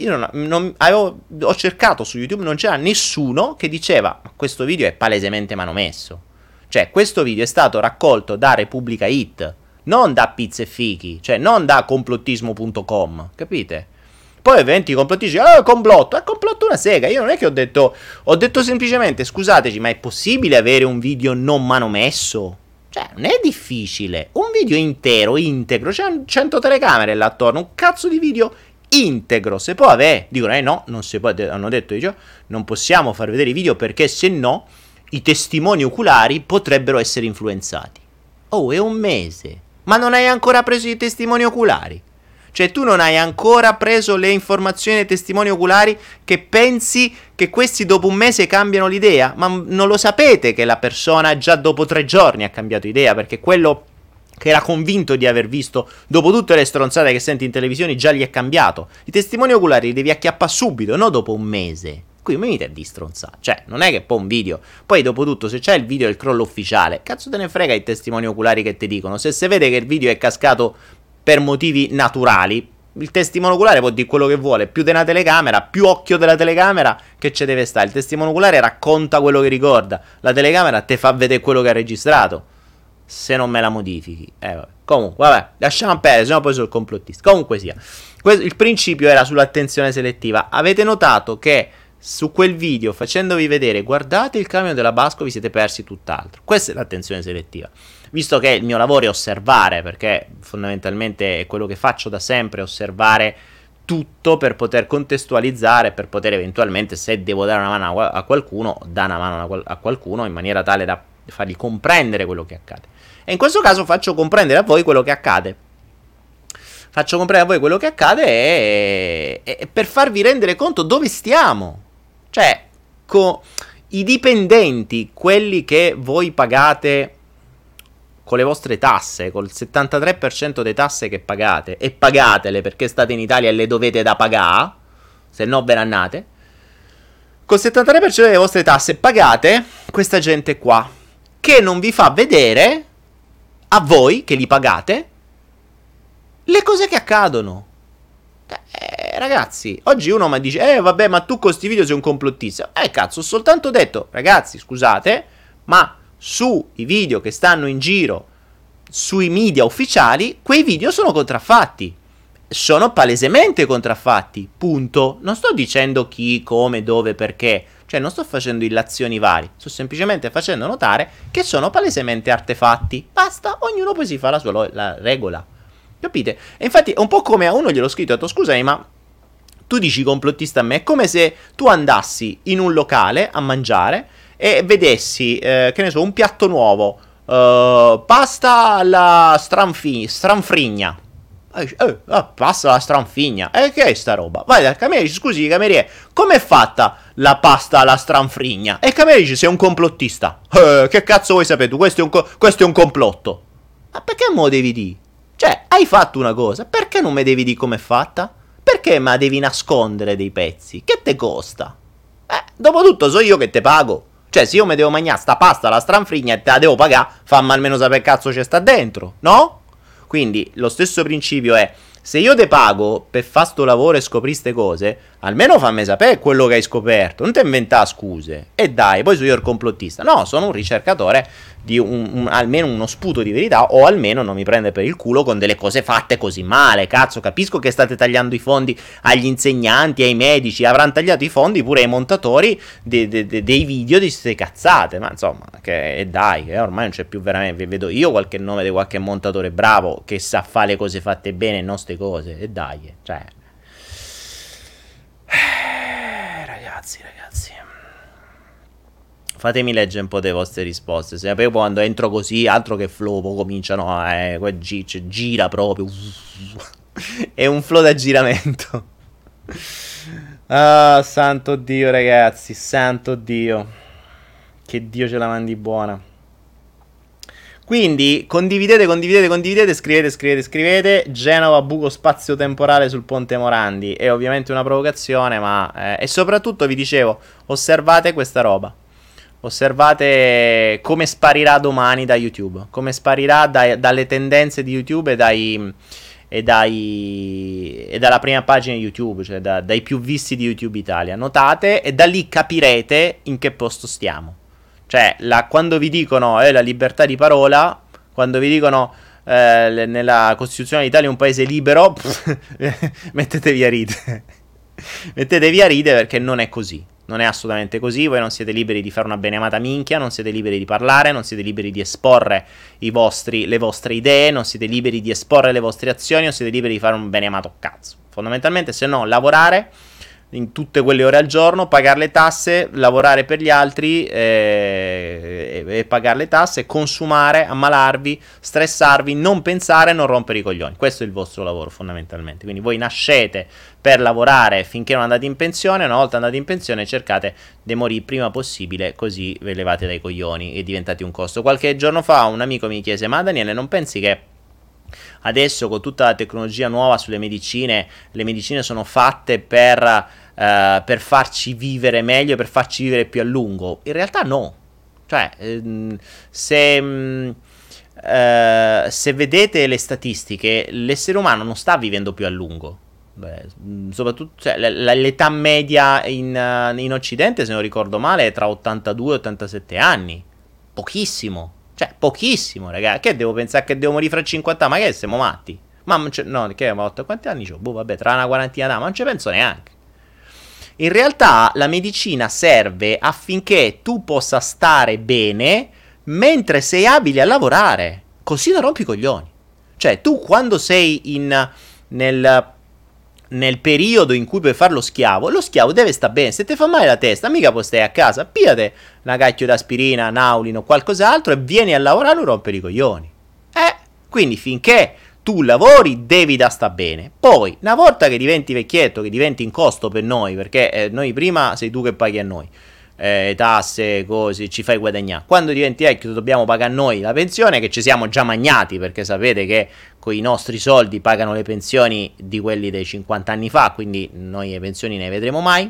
ho cercato su YouTube, non c'era nessuno che diceva: questo video è palesemente manomesso. Cioè, questo video è stato raccolto da Repubblica Hit, non da Pizze e Fichi, cioè non da complottismo.com, capite? Poi ovviamente i complottisti complotto, è complotto una sega. Io non è che ho detto semplicemente, scusateci, ma è possibile avere un video non manomesso? Cioè, non è difficile. Un video intero, integro, c'è 100 telecamere là attorno, un cazzo di video integro. Se può avere, dicono, no, non si può, hanno detto, non possiamo far vedere i video perché se no i testimoni oculari potrebbero essere influenzati. Oh, è un mese. Ma non hai ancora preso i testimoni oculari? Cioè tu non hai ancora preso le informazioni dei testimoni oculari che pensi che questi dopo un mese cambiano l'idea? Ma non lo sapete che la persona già dopo 3 giorni ha cambiato idea, perché quello che era convinto di aver visto dopo tutte le stronzate che senti in televisione già gli è cambiato. I testimoni oculari li devi acchiappare subito, non dopo un mese. Qui mi dite di stronzare. Cioè, non è che poi un video. Poi, dopo tutto, se c'è il video del crollo ufficiale, cazzo te ne frega i testimoni oculari che ti dicono. Se si vede che il video è cascato per motivi naturali, il testimone oculare può dire quello che vuole. Più di una telecamera, più occhio della telecamera che ci deve stare. Il testimone oculare racconta quello che ricorda. La telecamera te fa vedere quello che ha registrato. Se non me la modifichi. Vabbè. Comunque, vabbè, lasciamo perdere, sennò poi sono il complottista. Comunque sia. Il principio era sull'attenzione selettiva. Avete notato che su quel video, facendovi vedere, guardate il camion della Basco, vi siete persi tutt'altro. Questa è l'attenzione selettiva. Visto che il mio lavoro è osservare, perché fondamentalmente è quello che faccio da sempre, osservare tutto per poter contestualizzare, per poter eventualmente, se devo dare una mano a qualcuno, dare una mano a qualcuno in maniera tale da fargli comprendere quello che accade. E in questo caso faccio comprendere a voi quello che accade. Faccio comprendere a voi quello che accade e per farvi rendere conto dove stiamo. Cioè, i dipendenti, quelli che voi pagate con le vostre tasse, col 73% delle tasse che pagate, e pagatele perché state in Italia e le dovete da pagare, se no ve ne annate, col 73% delle vostre tasse pagate questa gente qua, che non vi fa vedere, a voi che li pagate, le cose che accadono. Ragazzi, oggi uno mi dice, vabbè, ma tu con questi video sei un complottista. Cazzo, ho soltanto detto, ragazzi, scusate, ma sui video che stanno in giro sui media ufficiali, quei video sono contraffatti. Sono palesemente contraffatti, punto. Non sto dicendo chi, come, dove, perché. Cioè, non sto facendo illazioni vari. Sto semplicemente facendo notare che sono palesemente artefatti. Basta, ognuno poi si fa la sua la regola. Capite? E infatti è un po' come a uno gliel'ho scritto, ho detto, scusami, ma tu dici complottista a me, è come se tu andassi in un locale a mangiare e vedessi, che ne so, un piatto nuovo, pasta alla stranfrigna. Pasta alla stranfigna. Che è sta roba? Vai dal cameriere e dici, scusi cameriere, com'è fatta la pasta alla stranfrigna? E il cameriere dice, sei un complottista. Che cazzo vuoi sapere tu? Questo è un complotto. Ma perché me lo devi dire? Cioè, hai fatto una cosa, perché non mi devi dire com'è fatta? Perché me la devi nascondere dei pezzi? Che te costa? Dopotutto so io che te pago. Cioè, se io mi devo mangiare sta pasta alla stranfrigna e te la devo pagare, fammi almeno sapere che cazzo c'è sta dentro, no? Quindi, lo stesso principio è, se io te pago per fare sto lavoro e scoprire ste cose, almeno fammi sapere quello che hai scoperto, non ti inventare scuse. E dai, poi sono io il complottista. No, sono un ricercatore di almeno uno sputo di verità, o almeno non mi prende per il culo con delle cose fatte così male. Cazzo, capisco che state tagliando i fondi agli insegnanti, ai medici, avranno tagliato i fondi pure ai montatori dei video di queste cazzate, ma insomma, che dai, che ormai non c'è più veramente. Vedo io qualche nome di qualche montatore bravo che sa fare le cose fatte bene e non ste cose, e dai, cioè ragazzi, fatemi leggere un po' delle vostre risposte. Se poi quando entro così, altro che flow, cominciano gira proprio. È un flow da giramento. Ah, santo Dio, ragazzi, santo Dio. Che Dio ce la mandi buona. Quindi condividete, scrivete. Genova buco spazio temporale sul ponte Morandi. È ovviamente una provocazione, ma e soprattutto vi dicevo, osservate questa roba. Osservate come sparirà domani da YouTube, come sparirà dalle tendenze di YouTube e dalla prima pagina di YouTube, cioè dai più visti di YouTube Italia. Notate e da lì capirete in che posto stiamo. Cioè, quando vi dicono la libertà di parola, quando vi dicono nella Costituzione d'Italia un paese libero, mettetevi a ridere. Mettetevi a ridere perché non è così. Non è assolutamente così. Voi non siete liberi di fare una beneamata minchia, non siete liberi di parlare, non siete liberi di esporre le vostre idee, non siete liberi di esporre le vostre azioni, non siete liberi di fare un beneamato cazzo. Fondamentalmente, se no, lavorare in tutte quelle ore al giorno, pagare le tasse, lavorare per gli altri e pagare le tasse, consumare, ammalarvi, stressarvi, non pensare, non rompere i coglioni. Questo è il vostro lavoro fondamentalmente. Quindi voi nascete per lavorare finché non andate in pensione, una volta andati in pensione cercate di morire il prima possibile, così ve levate dai coglioni e diventate un costo. Qualche giorno fa un amico mi chiese: ma Daniele, non pensi che adesso con tutta la tecnologia nuova sulle medicine, le medicine sono fatte per farci vivere meglio, per farci vivere più a lungo? In realtà no. Cioè, se vedete le statistiche, l'essere umano non sta vivendo più a lungo. Beh, soprattutto cioè, l'età media in Occidente, se non ricordo male, è tra 82 e 87 anni. Pochissimo. Cioè, pochissimo, raga. Che devo pensare che devo morire fra 50 anni? Ma che siamo matti? Ma no, che quanti anni ho? Boh, vabbè, tra una quarantina d'anni, ma non ci penso neanche. In realtà la medicina serve affinché tu possa stare bene mentre sei abile a lavorare. Così non rompi i coglioni. Cioè, tu quando sei nel periodo in cui puoi fare lo schiavo deve stare bene. Se ti fa male la testa, mica puoi stare a casa. Pigliate una cacchio d'aspirina, Naulin o qualcos'altro e vieni a lavorare o rompere i coglioni. Quindi finché tu lavori devi da sta bene. Poi, una volta che diventi vecchietto, che diventi un costo per noi, perché noi prima sei tu che paghi a noi, tasse, così, ci fai guadagnare. Quando diventi vecchio dobbiamo pagare noi la pensione, che ci siamo già magnati, perché sapete che con i nostri soldi pagano le pensioni di quelli dei 50 anni fa, quindi noi le pensioni ne vedremo mai.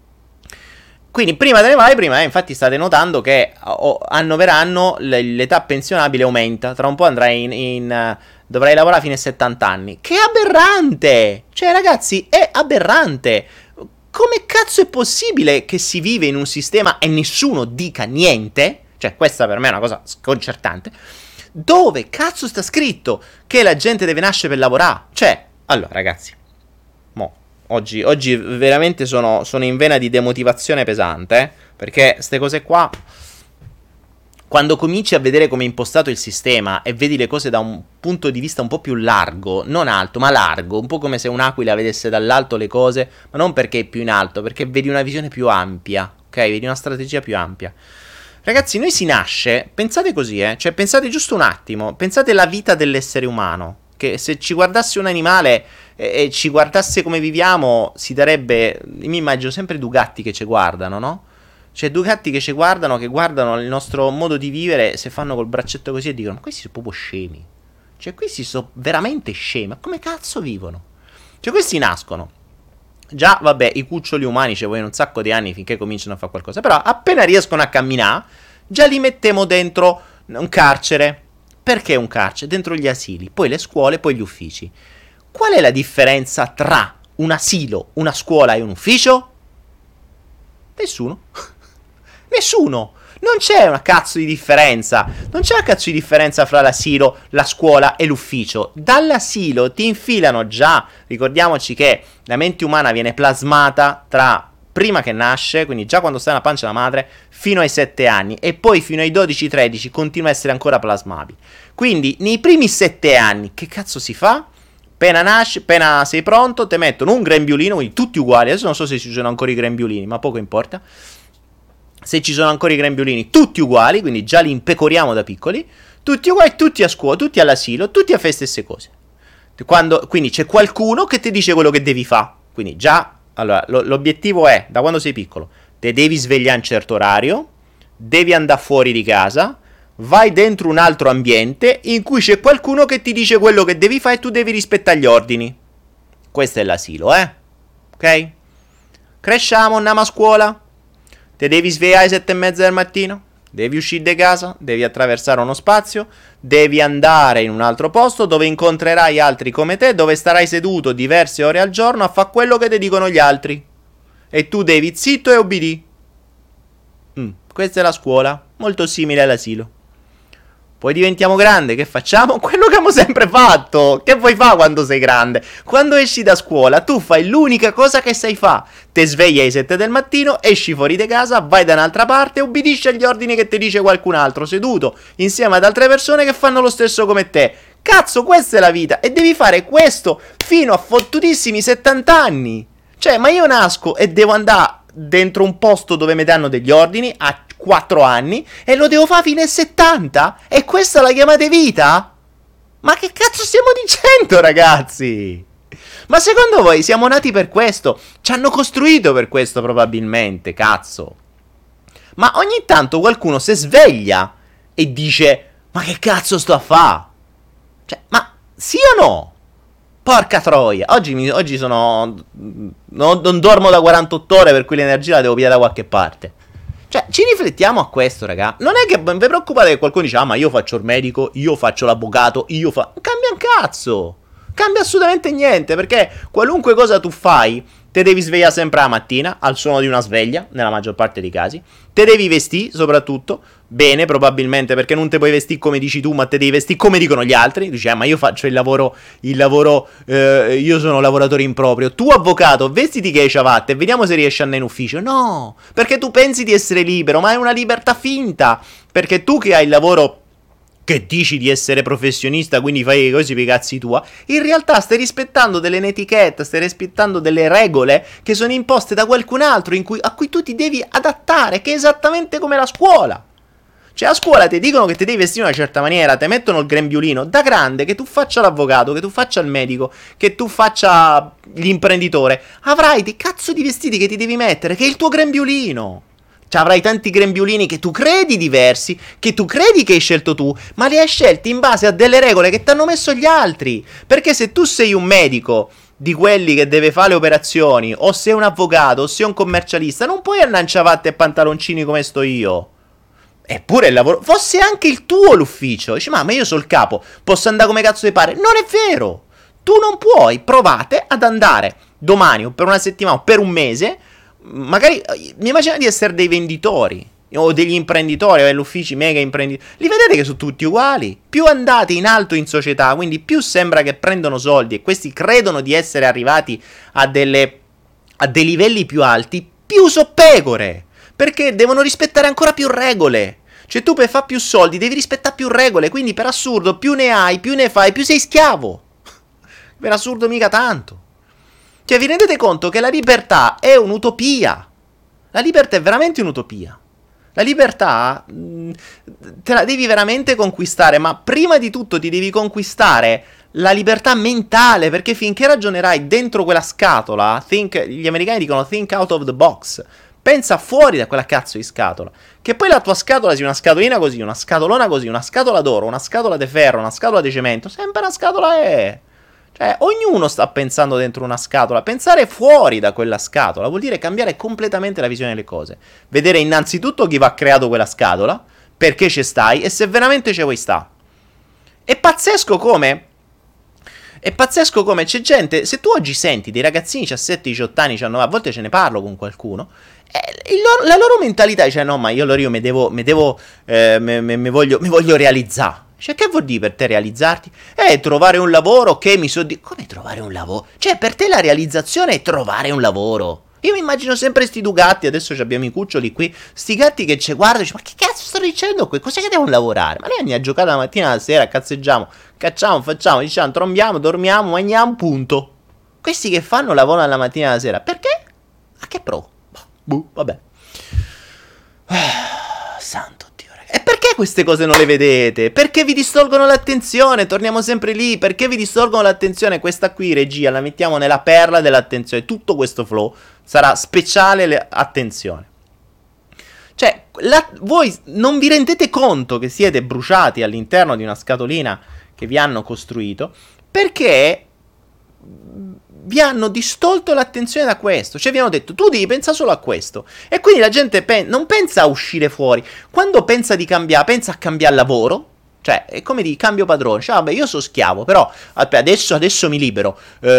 Quindi prima delle vai, infatti state notando che anno per anno l'età pensionabile aumenta. Tra un po' andrai dovrai lavorare fino ai 70 anni. Che aberrante! Cioè ragazzi, è aberrante. Come cazzo è possibile che si vive in un sistema e nessuno dica niente? Cioè questa per me è una cosa sconcertante. Dove cazzo sta scritto che la gente deve nascere per lavorare? Cioè, allora ragazzi, oggi veramente sono in vena di demotivazione pesante, perché queste cose qua, quando cominci a vedere come è impostato il sistema e vedi le cose da un punto di vista un po' più largo, non alto, ma largo, un po' come se un'aquila vedesse dall'alto le cose, ma non perché è più in alto, perché vedi una visione più ampia, ok? Vedi una strategia più ampia. Ragazzi, noi si nasce, pensate così, cioè pensate giusto un attimo, pensate alla vita dell'essere umano, che se ci guardasse un animale e ci guardasse come viviamo, si darebbe, mi immagino sempre due gatti che ci guardano, no? Cioè due gatti che ci guardano, che guardano il nostro modo di vivere, se fanno col braccetto così e dicono: ma questi sono proprio scemi, cioè questi sono veramente scemi, ma come cazzo vivono? Cioè questi nascono, già vabbè i cuccioli umani ci vogliono un sacco di anni finché cominciano a fare qualcosa, però appena riescono a camminare già li mettiamo dentro un carcere. Perché un carcere? Dentro gli asili, poi le scuole, poi gli uffici. Qual è la differenza tra un asilo, una scuola e un ufficio? Nessuno. Nessuno. Non c'è una cazzo di differenza. Non c'è una cazzo di differenza fra l'asilo, la scuola e l'ufficio. Dall'asilo ti infilano già. Ricordiamoci che la mente umana viene plasmata tra prima che nasce, quindi già quando sta nella pancia della madre, fino ai 7 anni, e poi fino ai 12-13 continua a essere ancora plasmabile. Quindi nei primi 7 anni che cazzo si fa? Appena nasci, appena sei pronto, ti mettono un grembiulino, quindi tutti uguali. Adesso non so se ci sono ancora i grembiulini, ma poco importa. Se ci sono ancora i grembiulini, tutti uguali, quindi già li impecoriamo da piccoli. Tutti uguali, tutti a scuola, tutti all'asilo, tutti a fare le stesse cose. Quindi c'è qualcuno che ti dice quello che devi fare. Quindi già, allora, l'obiettivo è, da quando sei piccolo, te devi svegliare a un certo orario, devi andare fuori di casa, vai dentro un altro ambiente in cui c'è qualcuno che ti dice quello che devi fare e tu devi rispettare gli ordini. Questo è l'asilo, ok? Cresciamo, andiamo a scuola, te devi svegliare alle 7:30 del mattino, devi uscire di casa, devi attraversare uno spazio, devi andare in un altro posto dove incontrerai altri come te, dove starai seduto diverse ore al giorno a fare quello che ti dicono gli altri. E tu devi zitto e obbedì. Questa è la scuola, molto simile all'asilo. Poi diventiamo grande, che facciamo? Quello che abbiamo sempre fatto. Che vuoi fare quando sei grande? Quando esci da scuola, tu fai l'unica cosa che sai fare. Te svegli alle 7 del mattino, esci fuori di casa, vai da un'altra parte e ubbidisci agli ordini che ti dice qualcun altro, seduto insieme ad altre persone che fanno lo stesso come te. Cazzo, questa è la vita. E devi fare questo fino a fottutissimi 70 anni. Cioè, ma io nasco e devo andare dentro un posto dove mi danno degli ordini a 4 anni e lo devo fare fino ai 70? E questa la chiamate vita? Ma che cazzo stiamo dicendo, ragazzi? Ma secondo voi siamo nati per questo? Ci hanno costruito per questo probabilmente, cazzo. Ma ogni tanto qualcuno si sveglia e dice: ma che cazzo sto a fa'? Cioè, ma sì o no? Porca troia, oggi sono... non dormo da 48 ore, per cui l'energia la devo pigliare da qualche parte. Cioè, ci riflettiamo a questo, raga. Non è che vi preoccupate che qualcuno dice: ah, ma io faccio il medico, io faccio l'avvocato, io fa... Cambia un cazzo. Cambia assolutamente niente, perché qualunque cosa tu fai, te devi svegliare sempre la mattina, al suono di una sveglia, nella maggior parte dei casi. Te devi vestire, soprattutto, bene, probabilmente, perché non te puoi vestire come dici tu, ma te devi vestire come dicono gli altri. Dici: ma io faccio il lavoro, io sono lavoratore improprio. Tu, avvocato, vestiti che hai ciabatte e vediamo se riesci a andare in ufficio. No, perché tu pensi di essere libero, ma è una libertà finta. Perché tu che hai il lavoro, che dici di essere professionista, quindi fai così per i cazzi tua, in realtà stai rispettando delle etichette, stai rispettando delle regole che sono imposte da qualcun altro a cui tu ti devi adattare, che è esattamente come la scuola. Cioè, a scuola ti dicono che ti devi vestire in una certa maniera, ti mettono il grembiulino. Da grande, che tu faccia l'avvocato, che tu faccia il medico, che tu faccia l'imprenditore, avrai dei cazzo di vestiti che ti devi mettere, che è il tuo grembiulino. Cioè, avrai tanti grembiulini che tu credi diversi, che tu credi che hai scelto tu, ma li hai scelti in base a delle regole che ti hanno messo gli altri. Perché se tu sei un medico di quelli che deve fare le operazioni, o sei un avvocato, o sei un commercialista, non puoi andare in ciabatte e pantaloncini come sto io. Eppure il lavoro... Fosse anche il tuo l'ufficio. Dici: ma io sono il capo, posso andare come cazzo ti pare. Non è vero. Tu non puoi. Provate ad andare domani, o per una settimana, o per un mese... Magari mi immagino di essere dei venditori o degli imprenditori, o uffici mega imprenditori. Li vedete che sono tutti uguali. Più andate in alto in società, quindi più sembra che prendono soldi e questi credono di essere arrivati a dei livelli più alti, più so pecore, perché devono rispettare ancora più regole. Cioè, tu per fare più soldi devi rispettare più regole, quindi per assurdo più ne hai, più ne fai, più sei schiavo. Per assurdo mica tanto. Cioè, vi rendete conto che la libertà è un'utopia? La libertà è veramente un'utopia. La libertà te la devi veramente conquistare, ma prima di tutto ti devi conquistare la libertà mentale, perché finché ragionerai dentro quella scatola, gli americani dicono think out of the box, pensa fuori da quella cazzo di scatola, che poi la tua scatola sia una scatolina così, una scatolona così, una scatola d'oro, una scatola di ferro, una scatola di cemento, sempre una scatola è... Cioè, ognuno sta pensando dentro una scatola. Pensare fuori da quella scatola vuol dire cambiare completamente la visione delle cose. Vedere innanzitutto chi va creato quella scatola, perché ci stai e se veramente ci vuoi sta. È pazzesco come c'è gente, se tu oggi senti dei ragazzini 17, 18 anni, 19, a volte ce ne parlo con qualcuno, la loro mentalità dice: no, ma io mi voglio realizzare. Cioè, che vuol dire per te realizzarti? Trovare un lavoro che mi Come trovare un lavoro? Cioè, per te la realizzazione è trovare un lavoro. Io mi immagino sempre sti due gatti, adesso abbiamo i cuccioli qui, sti gatti che ci guardano e dicono: ma che cazzo sto dicendo qui? Cos'è che devono lavorare? Ma noi andiamo a giocare la mattina alla sera, cazzeggiamo, cacciamo, facciamo, diciamo, trombiamo, dormiamo, mangiamo, punto. Questi che fanno lavorano alla mattina alla sera, perché? A che pro? Vabbè. Santo Dio, ragazzi. E perché queste cose non le vedete? Perché vi distolgono l'attenzione? Torniamo sempre lì. Perché vi distolgono l'attenzione? Questa qui, regia, la mettiamo nella perla dell'attenzione. Tutto questo flow sarà speciale attenzione. Cioè, voi non vi rendete conto che siete bruciati all'interno di una scatolina che vi hanno costruito, perché vi hanno distolto l'attenzione da questo. Cioè vi hanno detto: tu devi pensare solo a questo. E quindi la gente non pensa a uscire fuori. Quando pensa di cambiare, pensa a cambiare lavoro, Cioè, è come di cambio padrone. Cioè, vabbè, io sono schiavo, però adesso mi libero.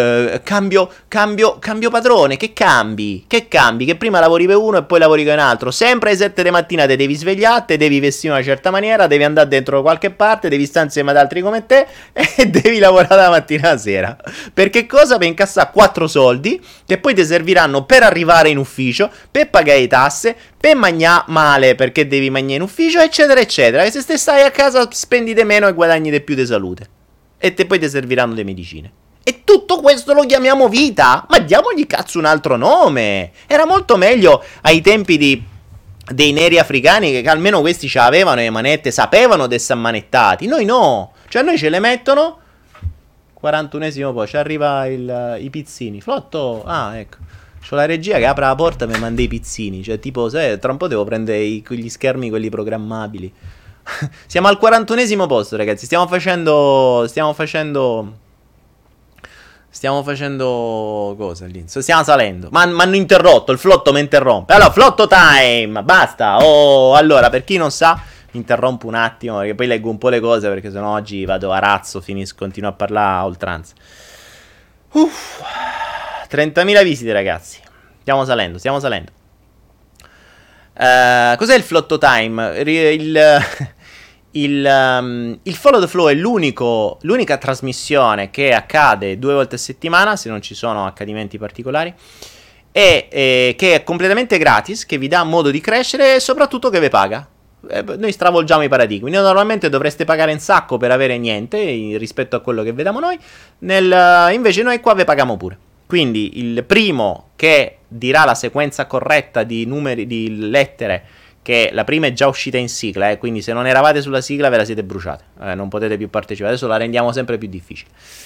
Cambio padrone. Che cambi? Che cambi? Che prima lavori per uno e poi lavori con un altro. Sempre alle 7 di mattina te devi svegliare, te devi vestire in una certa maniera, devi andare dentro da qualche parte, devi stare insieme ad altri come te e devi lavorare la mattina alla sera. Per che cosa? Per incassare 4 soldi che poi ti serviranno per arrivare in ufficio, per pagare le tasse, per mangiare male perché devi mangiare in ufficio, eccetera, eccetera. E se te stai a casa spendi di meno e guadagni di più di salute. E poi ti serviranno le medicine. E tutto questo lo chiamiamo vita? Ma diamogli cazzo un altro nome. Era molto meglio ai tempi dei neri africani, che almeno questi ce l'avevano le manette, sapevano di essere ammanettati. Noi no. Cioè noi ce le mettono. 41esimo poi ci arriva i pizzini. Flotto. Ah, ecco. C'ho la regia che apre la porta e mi manda i pizzini. Cioè, tipo, sai, tra un po' devo prendere quegli schermi, quelli programmabili. Siamo al 41esimo posto, ragazzi. Stiamo facendo cosa lì? Stiamo salendo. Ma hanno interrotto. Il flotto mi interrompe. Allora, flotto time. Basta. Oh, allora, per chi non sa, interrompo un attimo perché poi leggo un po' le cose, perché sennò oggi vado a razzo, continuo a parlare a oltranza. 30.000 visite, ragazzi. Stiamo salendo. Cos'è il Flotto Time? Il Follow the Flow è l'unica trasmissione che accade 2 volte a settimana, se non ci sono accadimenti particolari, e che è completamente gratis, che vi dà modo di crescere e soprattutto che vi paga. Noi stravolgiamo i paradigmi. Normalmente dovreste pagare un sacco per avere niente rispetto a quello che vediamo noi. Invece noi qua vi paghiamo pure. Quindi il primo che dirà la sequenza corretta di numeri, di lettere, che la prima è già uscita in sigla, quindi se non eravate sulla sigla ve la siete bruciate, non potete più partecipare. Adesso la rendiamo sempre più difficile.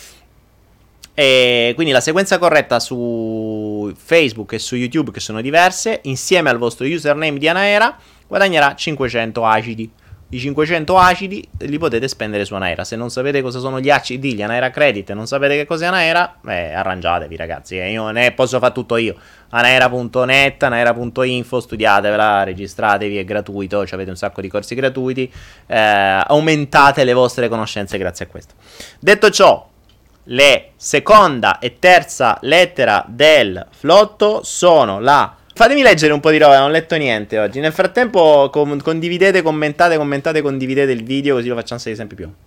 E quindi la sequenza corretta su Facebook e su YouTube, che sono diverse, insieme al vostro username di Anaera, guadagnerà 500 acidi. I 500 acidi li potete spendere su Anaera. Se non sapete cosa sono gli acidi, gli Anaera Credit, e non sapete che cos'è Anaera, arrangiatevi, ragazzi. Io ne posso fare tutto io. Anaera.net, Anaera.info, studiatevela, registratevi, è gratuito, avete un sacco di corsi gratuiti. Aumentate le vostre conoscenze grazie a questo. Detto ciò, le seconda e terza lettera del flotto sono la... Fatemi leggere un po' di roba, non ho letto niente oggi. Nel frattempo condividete, commentate, condividete il video, così lo facciamo salire sempre più.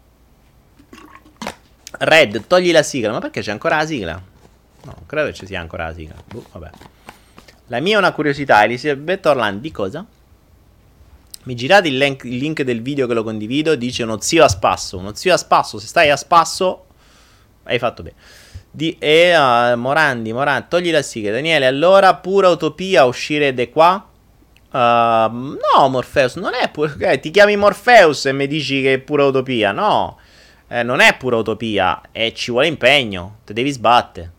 Red, togli la sigla. Ma perché c'è ancora la sigla? No, non credo che ci sia ancora la sigla. Vabbè. La mia è una curiosità. Elisabetta Orlandi, di cosa? Mi girate il link del video che lo condivido. Dice uno zio a spasso. Uno zio a spasso, se stai a spasso, hai fatto bene. Morandi, togli la sigla. Daniele, allora pura utopia uscire da qua? No, Morpheus, non è ti chiami Morpheus e mi dici che è pura utopia? No, non è pura utopia, ci vuole impegno. Te devi sbattere.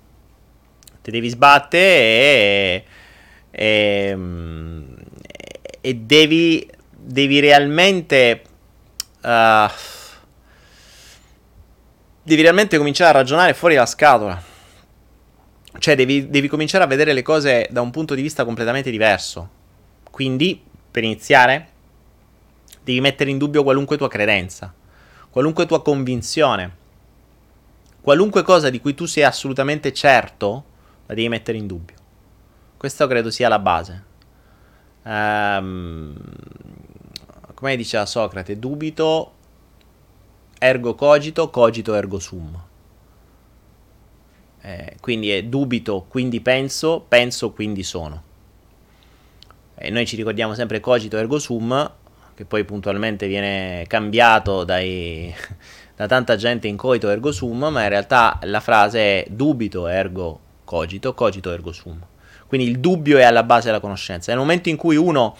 E devi realmente cominciare a ragionare fuori la scatola. Cioè devi cominciare a vedere le cose da un punto di vista completamente diverso. Quindi, per iniziare, devi mettere in dubbio qualunque tua credenza, qualunque tua convinzione, qualunque cosa di cui tu sei assolutamente certo, la devi mettere in dubbio. Questo credo sia la base. Come diceva Socrate, dubito ergo cogito, cogito ergo sum. Quindi è dubito, quindi penso, penso, quindi sono. E noi ci ricordiamo sempre cogito ergo sum, che poi puntualmente viene cambiato da tanta gente in coito ergo sum, ma in realtà la frase è dubito ergo cogito, cogito ergo sum. Quindi il dubbio è alla base della conoscenza. Nel momento in cui uno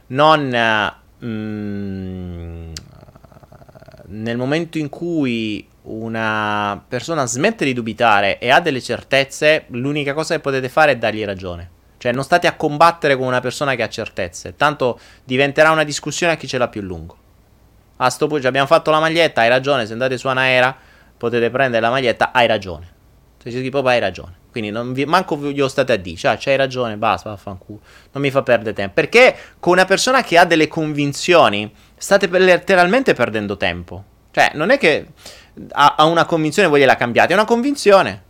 nel momento in cui una persona smette di dubitare e ha delle certezze, l'unica cosa che potete fare è dargli ragione. Cioè non state a combattere con una persona che ha certezze, tanto diventerà una discussione a chi ce l'ha più lungo. A sto punto abbiamo fatto la maglietta, hai ragione, se andate su Anaera potete prendere la maglietta, hai ragione. Se ci proprio hai ragione. Quindi manco glielo state a dire, cioè c'hai ragione, basta, vaffanculo. Non mi fa perdere tempo. Perché con una persona che ha delle convinzioni state letteralmente perdendo tempo. Cioè, non è che ha una convinzione e voi gliela cambiate, è una convinzione.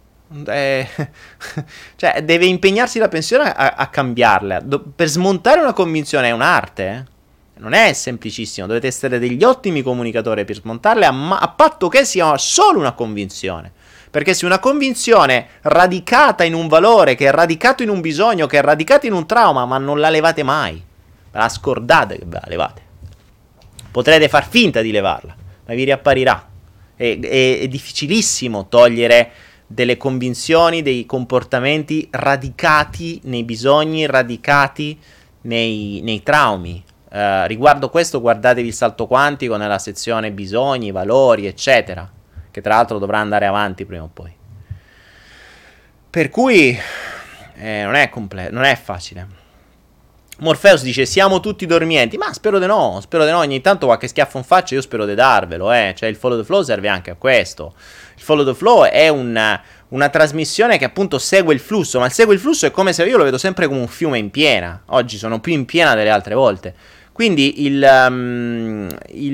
Cioè, deve impegnarsi la pensione a cambiarla. Per smontare una convinzione è un'arte, Non è semplicissimo, dovete essere degli ottimi comunicatori per smontarle, a patto che sia solo una convinzione. Perché se una convinzione radicata in un valore, che è radicato in un bisogno, che è radicato in un trauma, ma non la levate mai, ve la scordate che ve la levate. Potrete far finta di levarla, ma vi riapparirà. È difficilissimo togliere delle convinzioni, dei comportamenti radicati nei bisogni, radicati nei traumi. Riguardo questo guardatevi il salto quantico nella sezione bisogni, valori, eccetera, che tra l'altro dovrà andare avanti prima o poi. Per cui non è facile. Morpheus dice siamo tutti dormienti, ma spero di no, ogni tanto qualche schiaffo in faccia io spero di darvelo, cioè il follow the flow serve anche a questo. Il follow the flow è una trasmissione che appunto segue il flusso, ma il segue il flusso è come se io lo vedo sempre come un fiume in piena. Oggi sono più in piena delle altre volte, quindi il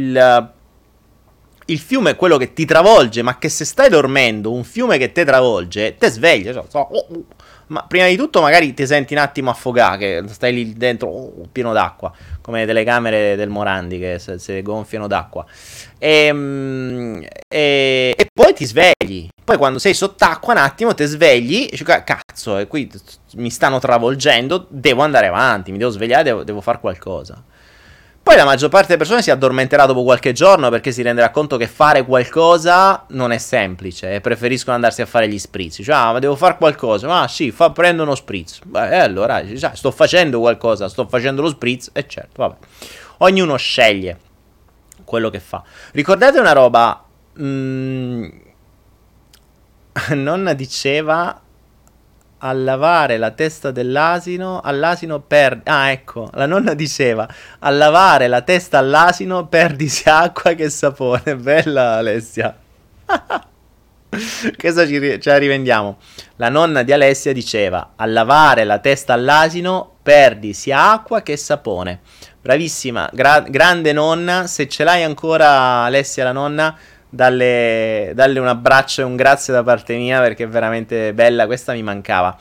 fiume è quello che ti travolge, ma che se stai dormendo, un fiume che ti travolge, te sveglia, ma prima di tutto magari ti senti un attimo affogare, che stai lì dentro pieno d'acqua, come le telecamere del Morandi che se gonfiano d'acqua, e poi ti svegli. Poi quando sei sott'acqua un attimo ti svegli e dici, cazzo, e qui mi stanno travolgendo, devo andare avanti, mi devo svegliare, devo fare qualcosa. Poi la maggior parte delle persone si addormenterà dopo qualche giorno perché si renderà conto che fare qualcosa non è semplice e preferiscono andarsi a fare gli spritz. Cioè, ma devo fare qualcosa, ma sì, prendo uno spritz. Beh, allora, sto facendo qualcosa, sto facendo lo spritz, e certo, vabbè. Ognuno sceglie quello che fa. Ricordate una roba, nonna diceva... a lavare la testa dell'asino, all'asino perdi... Ah, ecco, la nonna diceva, a lavare la testa all'asino perdi sia acqua che sapone. Bella Alessia. Questa ce la rivendiamo. La nonna di Alessia diceva, a lavare la testa all'asino perdi sia acqua che sapone. Bravissima, grande nonna. Se ce l'hai ancora, Alessia la nonna, dalle un abbraccio e un grazie da parte mia, perché è veramente bella, questa mi mancava.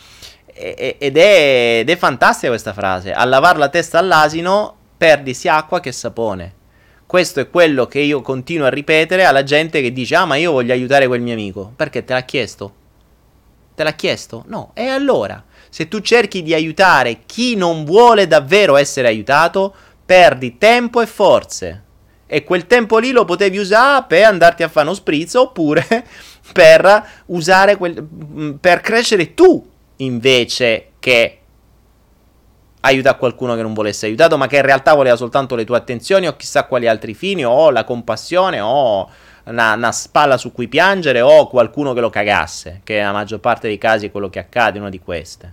Ed è fantastica questa frase. A lavar la testa all'asino perdi sia acqua che sapone. Questo è quello che io continuo a ripetere alla gente che dice, ah, ma io voglio aiutare quel mio amico. Perché te l'ha chiesto? Te l'ha chiesto? No. E allora, se tu cerchi di aiutare chi non vuole davvero essere aiutato, perdi tempo e forze. E quel tempo lì lo potevi usare per andarti a fare uno spritz, oppure per usare per crescere tu, invece che aiutare qualcuno che non volesse aiutato, ma che in realtà voleva soltanto le tue attenzioni o chissà quali altri fini, o la compassione, o una spalla su cui piangere, o qualcuno che lo cagasse, che nella maggior parte dei casi è quello che accade, una di queste.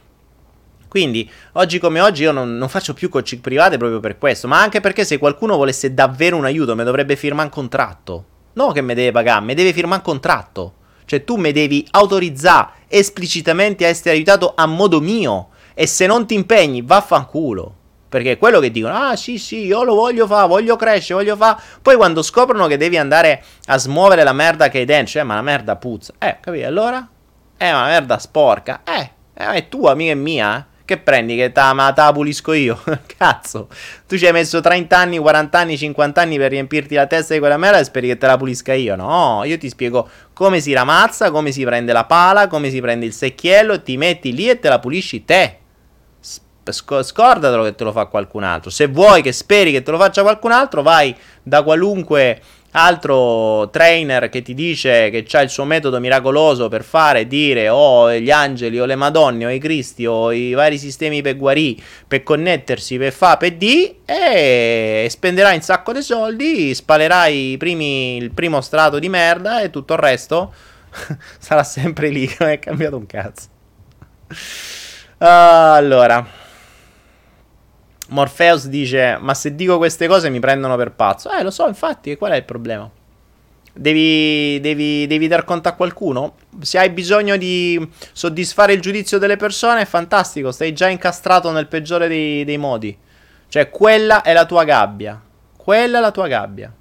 Quindi, oggi come oggi, io non faccio più coaching private proprio per questo, ma anche perché se qualcuno volesse davvero un aiuto, mi dovrebbe firmare un contratto. No che mi deve pagare, mi deve firmare un contratto. Cioè, tu mi devi autorizzare esplicitamente a essere aiutato a modo mio. E se non ti impegni, vaffanculo. Perché è quello che dicono, ah sì, io lo voglio fare, voglio crescere, voglio fare. Poi quando scoprono che devi andare a smuovere la merda che hai dentro, cioè, ma la merda puzza. Capito? Allora? Ma la merda sporca. È tua, mica è mia, Che prendi? Che te la pulisco io? Cazzo. Tu ci hai messo 30 anni, 40 anni, 50 anni per riempirti la testa di quella merda e speri che te la pulisca io? No, io ti spiego come si ramazza, come si prende la pala, come si prende il secchiello, ti metti lì e te la pulisci te. Scordatelo che te lo fa qualcun altro. Se vuoi che speri che te lo faccia qualcun altro, vai da qualunque altro trainer che ti dice che c'ha il suo metodo miracoloso per fare, dire, o gli angeli, o le madonne, o i cristi, o i vari sistemi per guarire, per connettersi, per fa, per di, e spenderai un sacco di soldi, spalerai il primo strato di merda e tutto il resto sarà sempre lì, non è cambiato un cazzo. Allora, Morpheus dice, ma se dico queste cose mi prendono per pazzo. Lo so, infatti, qual è il problema? Devi dar conto a qualcuno? Se hai bisogno di soddisfare il giudizio delle persone, è fantastico, stai già incastrato nel peggiore dei modi. Cioè, quella è la tua gabbia. Quella è la tua gabbia.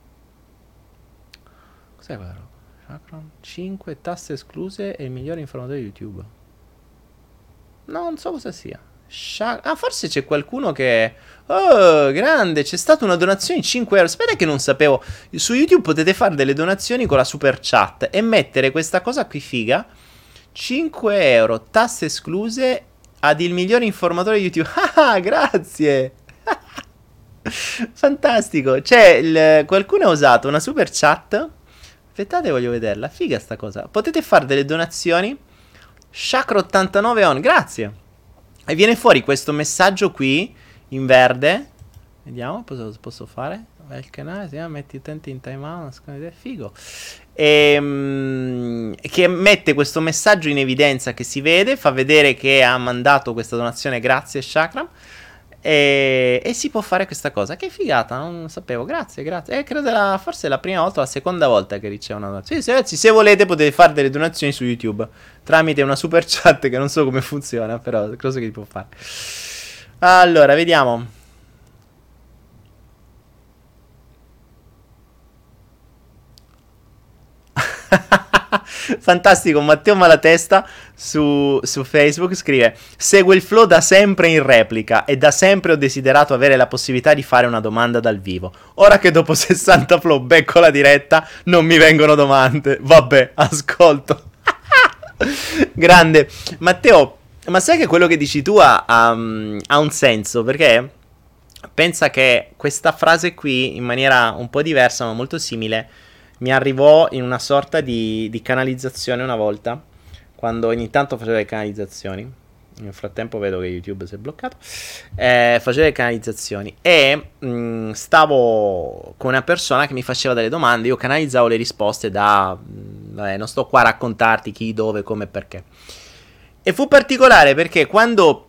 Cos'è quella roba? Chakram? 5 tasse escluse e il migliore informatore di YouTube. No, non so cosa sia. Forse c'è qualcuno che... Oh, grande, c'è stata una donazione di 5 euro. Aspetta che non sapevo. Su YouTube potete fare delle donazioni con la super chat e mettere questa cosa qui figa. 5 euro, tasse escluse, ad il migliore informatore di YouTube. Ah, grazie. Fantastico. Qualcuno ha usato una super chat. Aspettate, voglio vederla. Figa sta cosa. Potete fare delle donazioni. Chakra 89 on, grazie. E viene fuori questo messaggio qui in verde. Vediamo cosa posso fare. Vai al canale, metti utenti in timeout. Figo. Che mette questo messaggio in evidenza che si vede. Fa vedere che ha mandato questa donazione. Grazie Chakram. E si può fare questa cosa. Che figata, non sapevo. Grazie. Credo forse è la prima volta o la seconda volta che ricevo una donazione. Sì, ragazzi, se volete potete fare delle donazioni su YouTube tramite una super chat che non so come funziona, però è cosa che si può fare. Allora, vediamo. Fantastico, Matteo Malatesta su Facebook scrive: segue il flow da sempre in replica e da sempre ho desiderato avere la possibilità di fare una domanda dal vivo. Ora che dopo 60 flow becco la diretta non mi vengono domande. Vabbè, ascolto. Grande Matteo, ma sai che quello che dici tu ha un senso, perché pensa che questa frase qui in maniera un po' diversa ma molto simile mi arrivò in una sorta di canalizzazione una volta, quando ogni tanto facevo le canalizzazioni. Nel frattempo vedo che YouTube si è bloccato. Facevo le canalizzazioni e stavo con una persona che mi faceva delle domande. Io canalizzavo le risposte vabbè, non sto qua a raccontarti chi, dove, come e perché. E fu particolare perché quando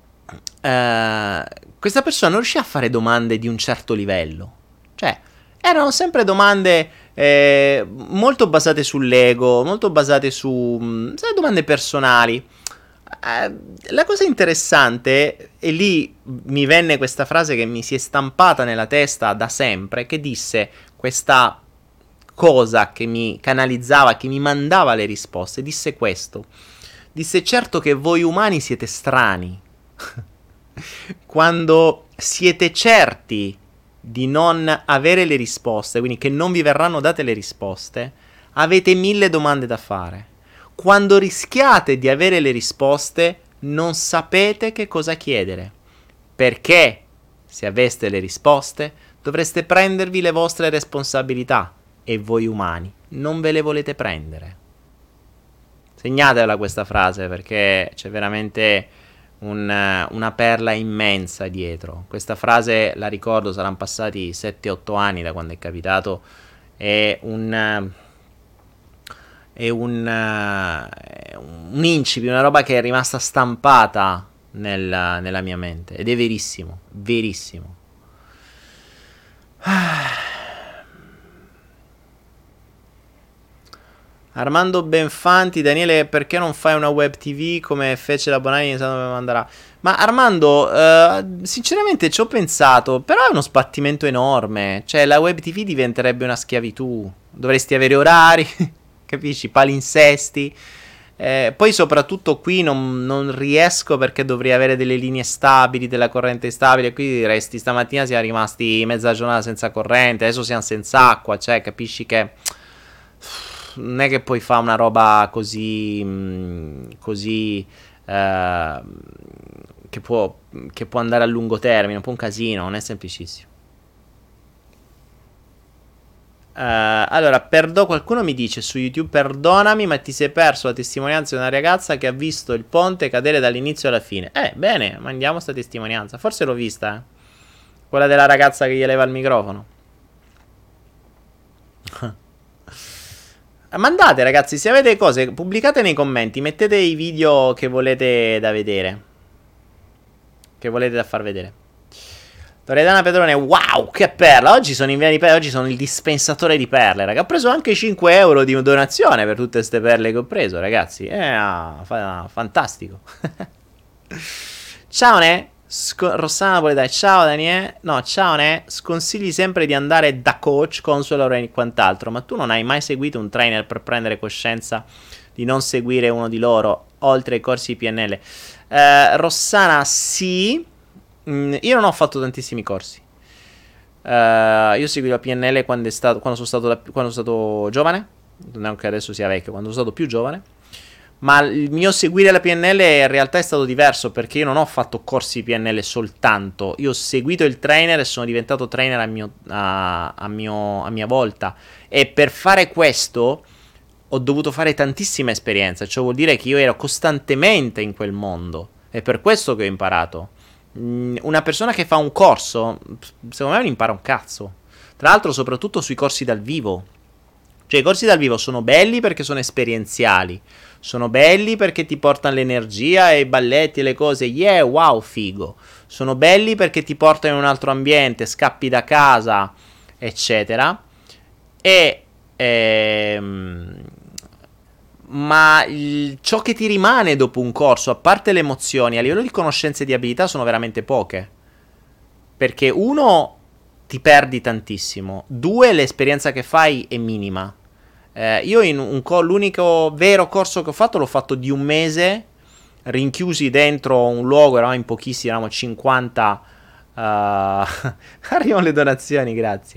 questa persona non riusciva a fare domande di un certo livello. Cioè, erano sempre domande molto basate sull'ego, molto basate su domande personali. La cosa interessante, e lì mi venne questa frase che mi si è stampata nella testa da sempre, che disse questa cosa che mi canalizzava, che mi mandava le risposte, disse questo. Disse: certo che voi umani siete strani. Quando siete certi di non avere le risposte, quindi che non vi verranno date le risposte, avete 1000 domande da fare. Quando rischiate di avere le risposte, non sapete che cosa chiedere. Perché, se aveste le risposte, dovreste prendervi le vostre responsabilità e voi umani non ve le volete prendere. Segnatela questa frase, perché c'è veramente una perla immensa dietro. Questa frase la ricordo, saranno passati 7-8 anni da quando è capitato. È un incipit, una roba che è rimasta stampata nella mia mente, ed è verissimo, verissimo. Armando Benfanti, Daniele, perché non fai una web TV come fece la Bonani iniziando dove mandarà? Ma Armando, sinceramente ci ho pensato, però è uno sbattimento enorme. Cioè, la web TV diventerebbe una schiavitù. Dovresti avere orari, capisci? Palinsesti. Poi soprattutto qui non riesco, perché dovrei avere delle linee stabili, della corrente stabile. Qui resti, stamattina siamo rimasti mezza giornata senza corrente, adesso siamo senza acqua. Cioè, capisci che non è che puoi fare una roba così che può andare a lungo termine, un po' un casino, non è semplicissimo. Allora, qualcuno mi dice su YouTube: perdonami, ma ti sei perso la testimonianza di una ragazza che ha visto il ponte cadere dall'inizio alla fine. Bene, mandiamo sta testimonianza. Forse l'ho vista, quella della ragazza che gli leva il microfono. Mandate, ragazzi, se avete cose, pubblicate nei commenti, mettete i video che volete da vedere, che volete da far vedere. Loredana Pedrone, wow, che perla. Oggi sono in via di perle, oggi sono il dispensatore di perle, raga. Ho preso anche 5 euro di donazione per tutte queste perle che ho preso, ragazzi. Fantastico. Ciao, ne. Rossana vuole dare ciao Daniele. No, ciao Ne. Sconsigli sempre di andare da coach, consulor e quant'altro. Ma tu non hai mai seguito un trainer per prendere coscienza di non seguire uno di loro, oltre ai corsi PNL? Rossana, sì. Io non ho fatto tantissimi corsi. Io seguo la PNL quando sono stato giovane. Non che adesso sia vecchio, quando sono stato più giovane. Ma il mio seguire la PNL in realtà è stato diverso, perché io non ho fatto corsi PNL soltanto. Io ho seguito il trainer e sono diventato trainer a mia volta. E per fare questo ho dovuto fare tantissima esperienza. Ciò vuol dire che io ero costantemente in quel mondo. È per questo che ho imparato. Una persona che fa un corso, secondo me non impara un cazzo. Tra l'altro, soprattutto sui corsi dal vivo. Cioè, i corsi dal vivo sono belli perché sono esperienziali. Sono belli perché ti portano l'energia e i balletti e le cose. Yeah, wow, figo. Sono belli perché ti portano in un altro ambiente, scappi da casa, eccetera. Ma ciò che ti rimane dopo un corso, a parte le emozioni, a livello di conoscenze e di abilità, sono veramente poche. Perché uno, ti perdi tantissimo. Due, l'esperienza che fai è minima. Io l'unico vero corso che ho fatto l'ho fatto di un mese, rinchiusi dentro un luogo, eravamo in pochissimi, eravamo 50. Arrivano le donazioni, grazie.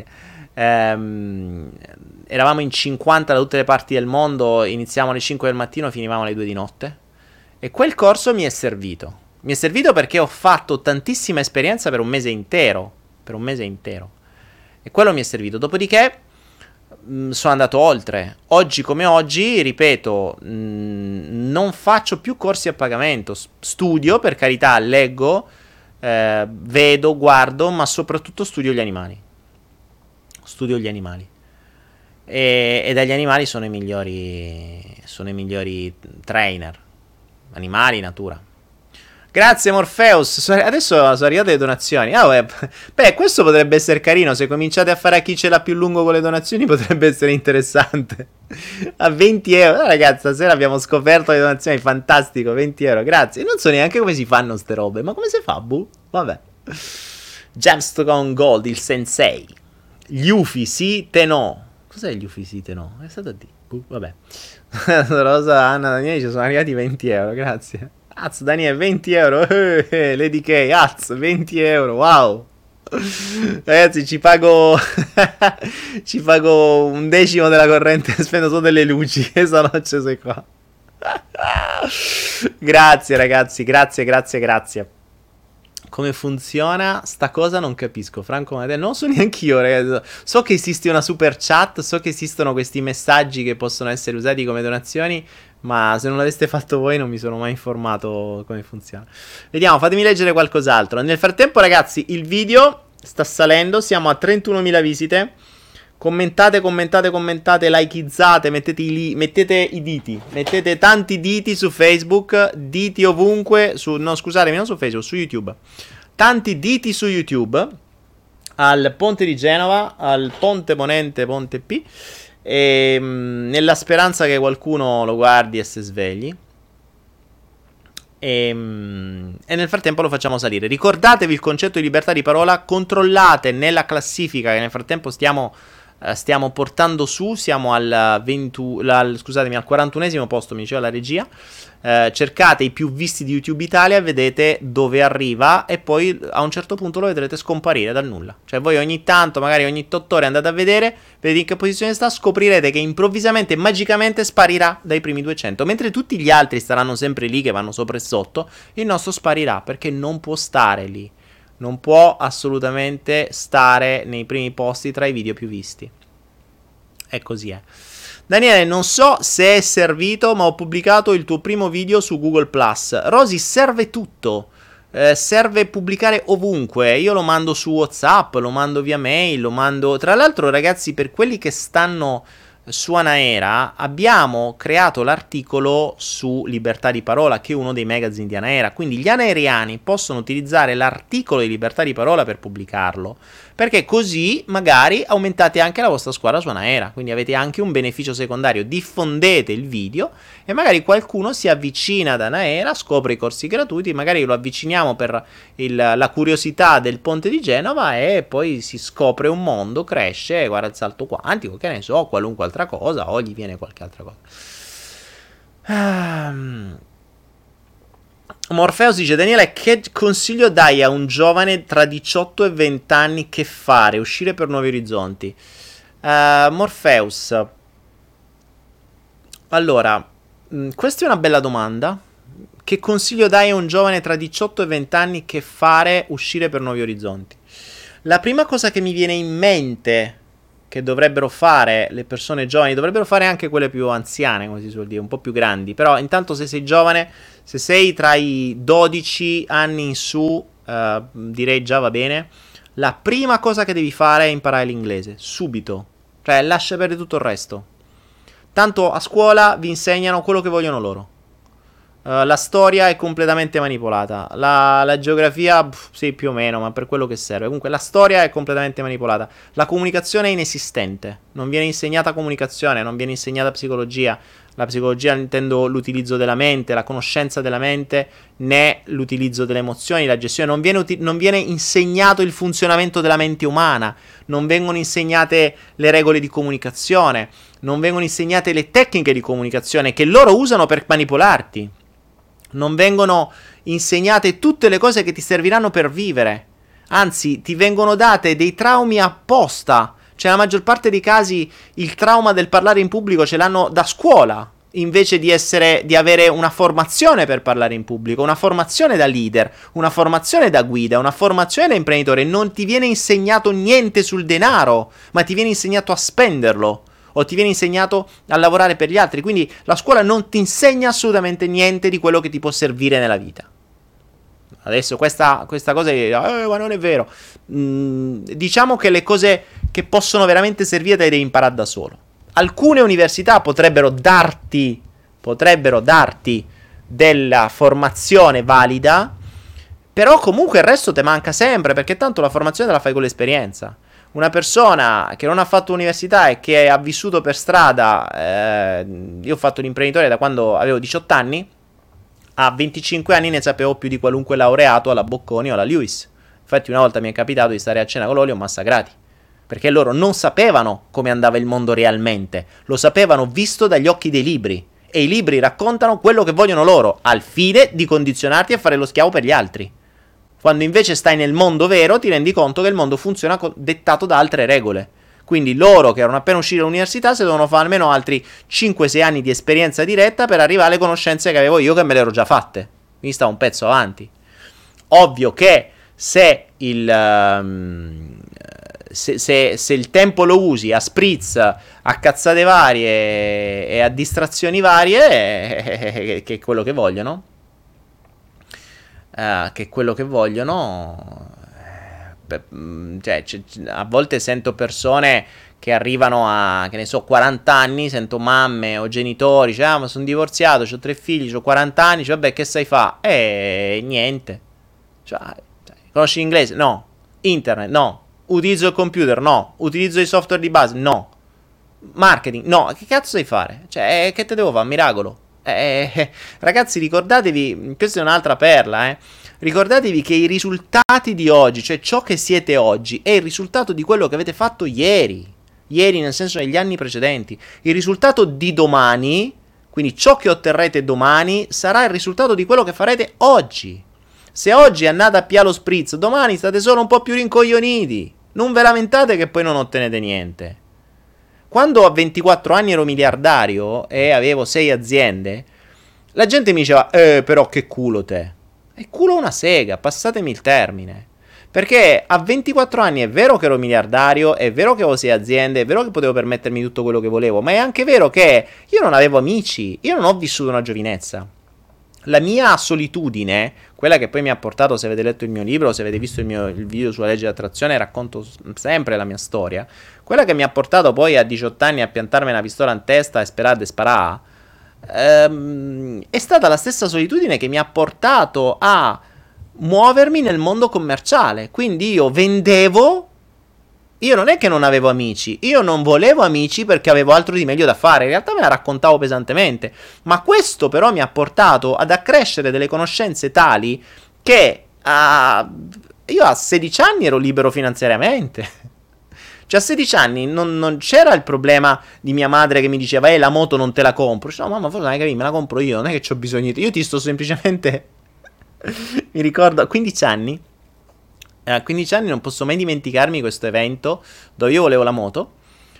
Eravamo in 50 da tutte le parti del mondo, iniziamo alle 5 del mattino, finivamo alle 2 di notte. E quel corso mi è servito. Mi è servito perché ho fatto tantissima esperienza per un mese intero. Per un mese intero. E quello mi è servito. Dopodiché sono andato oltre. Oggi come oggi, ripeto, non faccio più corsi a pagamento. Studio, per carità, leggo, vedo, guardo, ma soprattutto studio gli animali. Studio gli animali. E dagli animali sono i migliori trainer. Animali, natura. Grazie Morpheus. Adesso sono arrivate le donazioni. Beh, questo potrebbe essere carino. Se cominciate a fare a chi ce l'ha più lungo con le donazioni, potrebbe essere interessante. A 20 euro. No, ragazzi, stasera abbiamo scoperto le donazioni. Fantastico, 20 euro. Grazie. Non so neanche come si fanno ste robe. Ma come si fa, bu? Vabbè. Gemstone Gold, il sensei. Gli Ufi sì, te no. Cos'è gli Ufi sì, te no? È stato a D. Vabbè. Rosa, Anna, Daniele, ci sono arrivati 20 euro. Grazie. Az, Daniele, 20 euro. Lady K, Az, 20 euro. Wow. Ragazzi, ci pago ci pago un decimo della corrente, spendo solo delle luci e sono accese qua. Grazie ragazzi, grazie. Come funziona sta cosa non capisco. Franco Matteo, non so neanche io, ragazzi. So che esiste una super chat, so che esistono questi messaggi che possono essere usati come donazioni, ma se non l'aveste fatto voi non mi sono mai informato come funziona. Vediamo, fatemi leggere qualcos'altro. Nel frattempo, ragazzi, il video sta salendo, siamo a 31.000 visite. Commentate, likeizzate, mettete i diti, mettete tanti diti su Facebook, diti ovunque, non su Facebook, su YouTube. Tanti diti su YouTube, al Ponte di Genova, al Ponte Ponente, Ponte P, nella speranza che qualcuno lo guardi e si svegli. E nel frattempo lo facciamo salire. Ricordatevi il concetto di libertà di parola, controllate nella classifica che nel frattempo stiamo portando su, siamo al 41esimo posto, mi diceva la regia. Cercate i più visti di YouTube Italia, vedete dove arriva e poi a un certo punto lo vedrete scomparire dal nulla. Cioè voi ogni tanto, magari ogni 8 ore andate a vedere, vedete in che posizione sta, scoprirete che improvvisamente, magicamente sparirà dai primi 200, mentre tutti gli altri staranno sempre lì che vanno sopra e sotto. Il nostro sparirà perché non può stare lì. Non può assolutamente stare nei primi posti tra i video più visti. E così è. Daniele, non so se è servito, ma ho pubblicato il tuo primo video su Google+. Rosy, serve tutto. Serve pubblicare ovunque. Io lo mando su WhatsApp, lo mando via mail, lo mando... Tra l'altro, ragazzi, per quelli che stanno su Anaera, abbiamo creato l'articolo su Libertà di Parola, che è uno dei magazine di Anaera. Quindi gli anaeriani possono utilizzare l'articolo di Libertà di Parola per pubblicarlo, perché così magari aumentate anche la vostra squadra su Anaera, quindi avete anche un beneficio secondario, diffondete il video e magari qualcuno si avvicina ad Anaera, scopre i corsi gratuiti, magari lo avviciniamo per la curiosità del ponte di Genova e poi si scopre un mondo, cresce, guarda il salto quantico, che ne so, qualunque altra cosa, o gli viene qualche altra cosa. Morpheus dice: Daniele, che consiglio dai a un giovane tra 18 e 20 anni che fare? Uscire per nuovi orizzonti. Morpheus, allora, questa è una bella domanda. Che consiglio dai a un giovane tra 18 e 20 anni che fare? Uscire per nuovi orizzonti. La prima cosa che mi viene in mente che dovrebbero fare le persone giovani, dovrebbero fare anche quelle più anziane, come si suol dire, un po' più grandi, però intanto se sei giovane, se sei tra i 12 anni in su, direi già va bene, la prima cosa che devi fare è imparare l'inglese, subito, cioè lascia perdere tutto il resto, tanto a scuola vi insegnano quello che vogliono loro. La storia è completamente manipolata. La geografia, sì, più o meno, ma per quello che serve. Comunque, la storia è completamente manipolata. La comunicazione è inesistente. Non viene insegnata comunicazione, non viene insegnata psicologia. La psicologia intendo l'utilizzo della mente, la conoscenza della mente, né l'utilizzo delle emozioni, la gestione. Non viene insegnato il funzionamento della mente umana. Non vengono insegnate le regole di comunicazione. Non vengono insegnate le tecniche di comunicazione che loro usano per manipolarti. Non vengono insegnate tutte le cose che ti serviranno per vivere. Anzi, ti vengono date dei traumi apposta. Cioè, nella maggior parte dei casi, il trauma del parlare in pubblico ce l'hanno da scuola, invece di avere una formazione per parlare in pubblico, una formazione da leader, una formazione da guida, una formazione da imprenditore. Non ti viene insegnato niente sul denaro, ma ti viene insegnato a spenderlo. O ti viene insegnato a lavorare per gli altri. Quindi la scuola non ti insegna assolutamente niente di quello che ti può servire nella vita. Adesso questa cosa ma non è vero. Diciamo che le cose che possono veramente servire te le devi imparare da solo. Alcune università potrebbero darti della formazione valida, però comunque il resto te manca sempre, perché tanto la formazione te la fai con l'esperienza. Una persona che non ha fatto università e che ha vissuto per strada, io ho fatto l'imprenditore da quando avevo 18 anni, a 25 anni ne sapevo più di qualunque laureato alla Bocconi o alla Lewis. Infatti una volta mi è capitato di stare a cena con loro, li ho massacrati, perché loro non sapevano come andava il mondo realmente, lo sapevano visto dagli occhi dei libri, e i libri raccontano quello che vogliono loro, al fine di condizionarti a fare lo schiavo per gli altri. Quando invece stai nel mondo vero ti rendi conto che il mondo funziona dettato da altre regole. Quindi loro che erano appena usciti dall'università si devono fare almeno altri 5-6 anni di esperienza diretta per arrivare alle conoscenze che avevo io, che me le ero già fatte. Quindi stavo un pezzo avanti. Ovvio che se il tempo lo usi a spritz, a cazzate varie e a distrazioni varie, che è quello che vogliono, cioè, a volte sento persone che arrivano a, che ne so, 40 anni, sento mamme o genitori, cioè, ma sono divorziato, ho 3 figli, ho 40 anni, cioè, vabbè, che sai fa? Niente. Cioè, conosci l'inglese? No. Internet? No. Utilizzo il computer? No. Utilizzo i software di base? No. Marketing? No. Che cazzo sai fare? Cioè, che te devo fare? Miracolo. Ragazzi, ricordatevi, questa è un'altra perla, ricordatevi che i risultati di oggi, cioè ciò che siete oggi, è il risultato di quello che avete fatto ieri, nel senso negli anni precedenti. Il risultato di domani, quindi ciò che otterrete domani, sarà il risultato di quello che farete oggi. Se oggi andate a pià lo spritz, domani state solo un po' più rincoglioniti, non ve lamentate che poi non ottenete niente. Quando a 24 anni ero miliardario e avevo 6 aziende, la gente mi diceva, però che culo te. E culo una sega, passatemi il termine. Perché a 24 anni è vero che ero miliardario, è vero che avevo 6 aziende, è vero che potevo permettermi tutto quello che volevo, ma è anche vero che io non avevo amici, io non ho vissuto una giovinezza. La mia solitudine, quella che poi mi ha portato, se avete letto il mio libro, se avete visto il video sulla legge dell'attrazione, racconto sempre la mia storia, quella che mi ha portato poi a 18 anni a piantarmi una pistola in testa e sperare di sparare, è stata la stessa solitudine che mi ha portato a muovermi nel mondo commerciale. Quindi io vendevo io non è che non avevo amici, io non volevo amici perché avevo altro di meglio da fare, in realtà me la raccontavo pesantemente, ma questo però mi ha portato ad accrescere delle conoscenze tali che io a 16 anni ero libero finanziariamente. Cioè a 16 anni non c'era il problema di mia madre che mi diceva la moto non te la compro. Cioè, no mamma, forse non hai capito, me la compro io, non è che ho bisogno di... Io ti sto semplicemente... Mi ricordo a 15 anni. A 15 anni non posso mai dimenticarmi questo evento dove io volevo la moto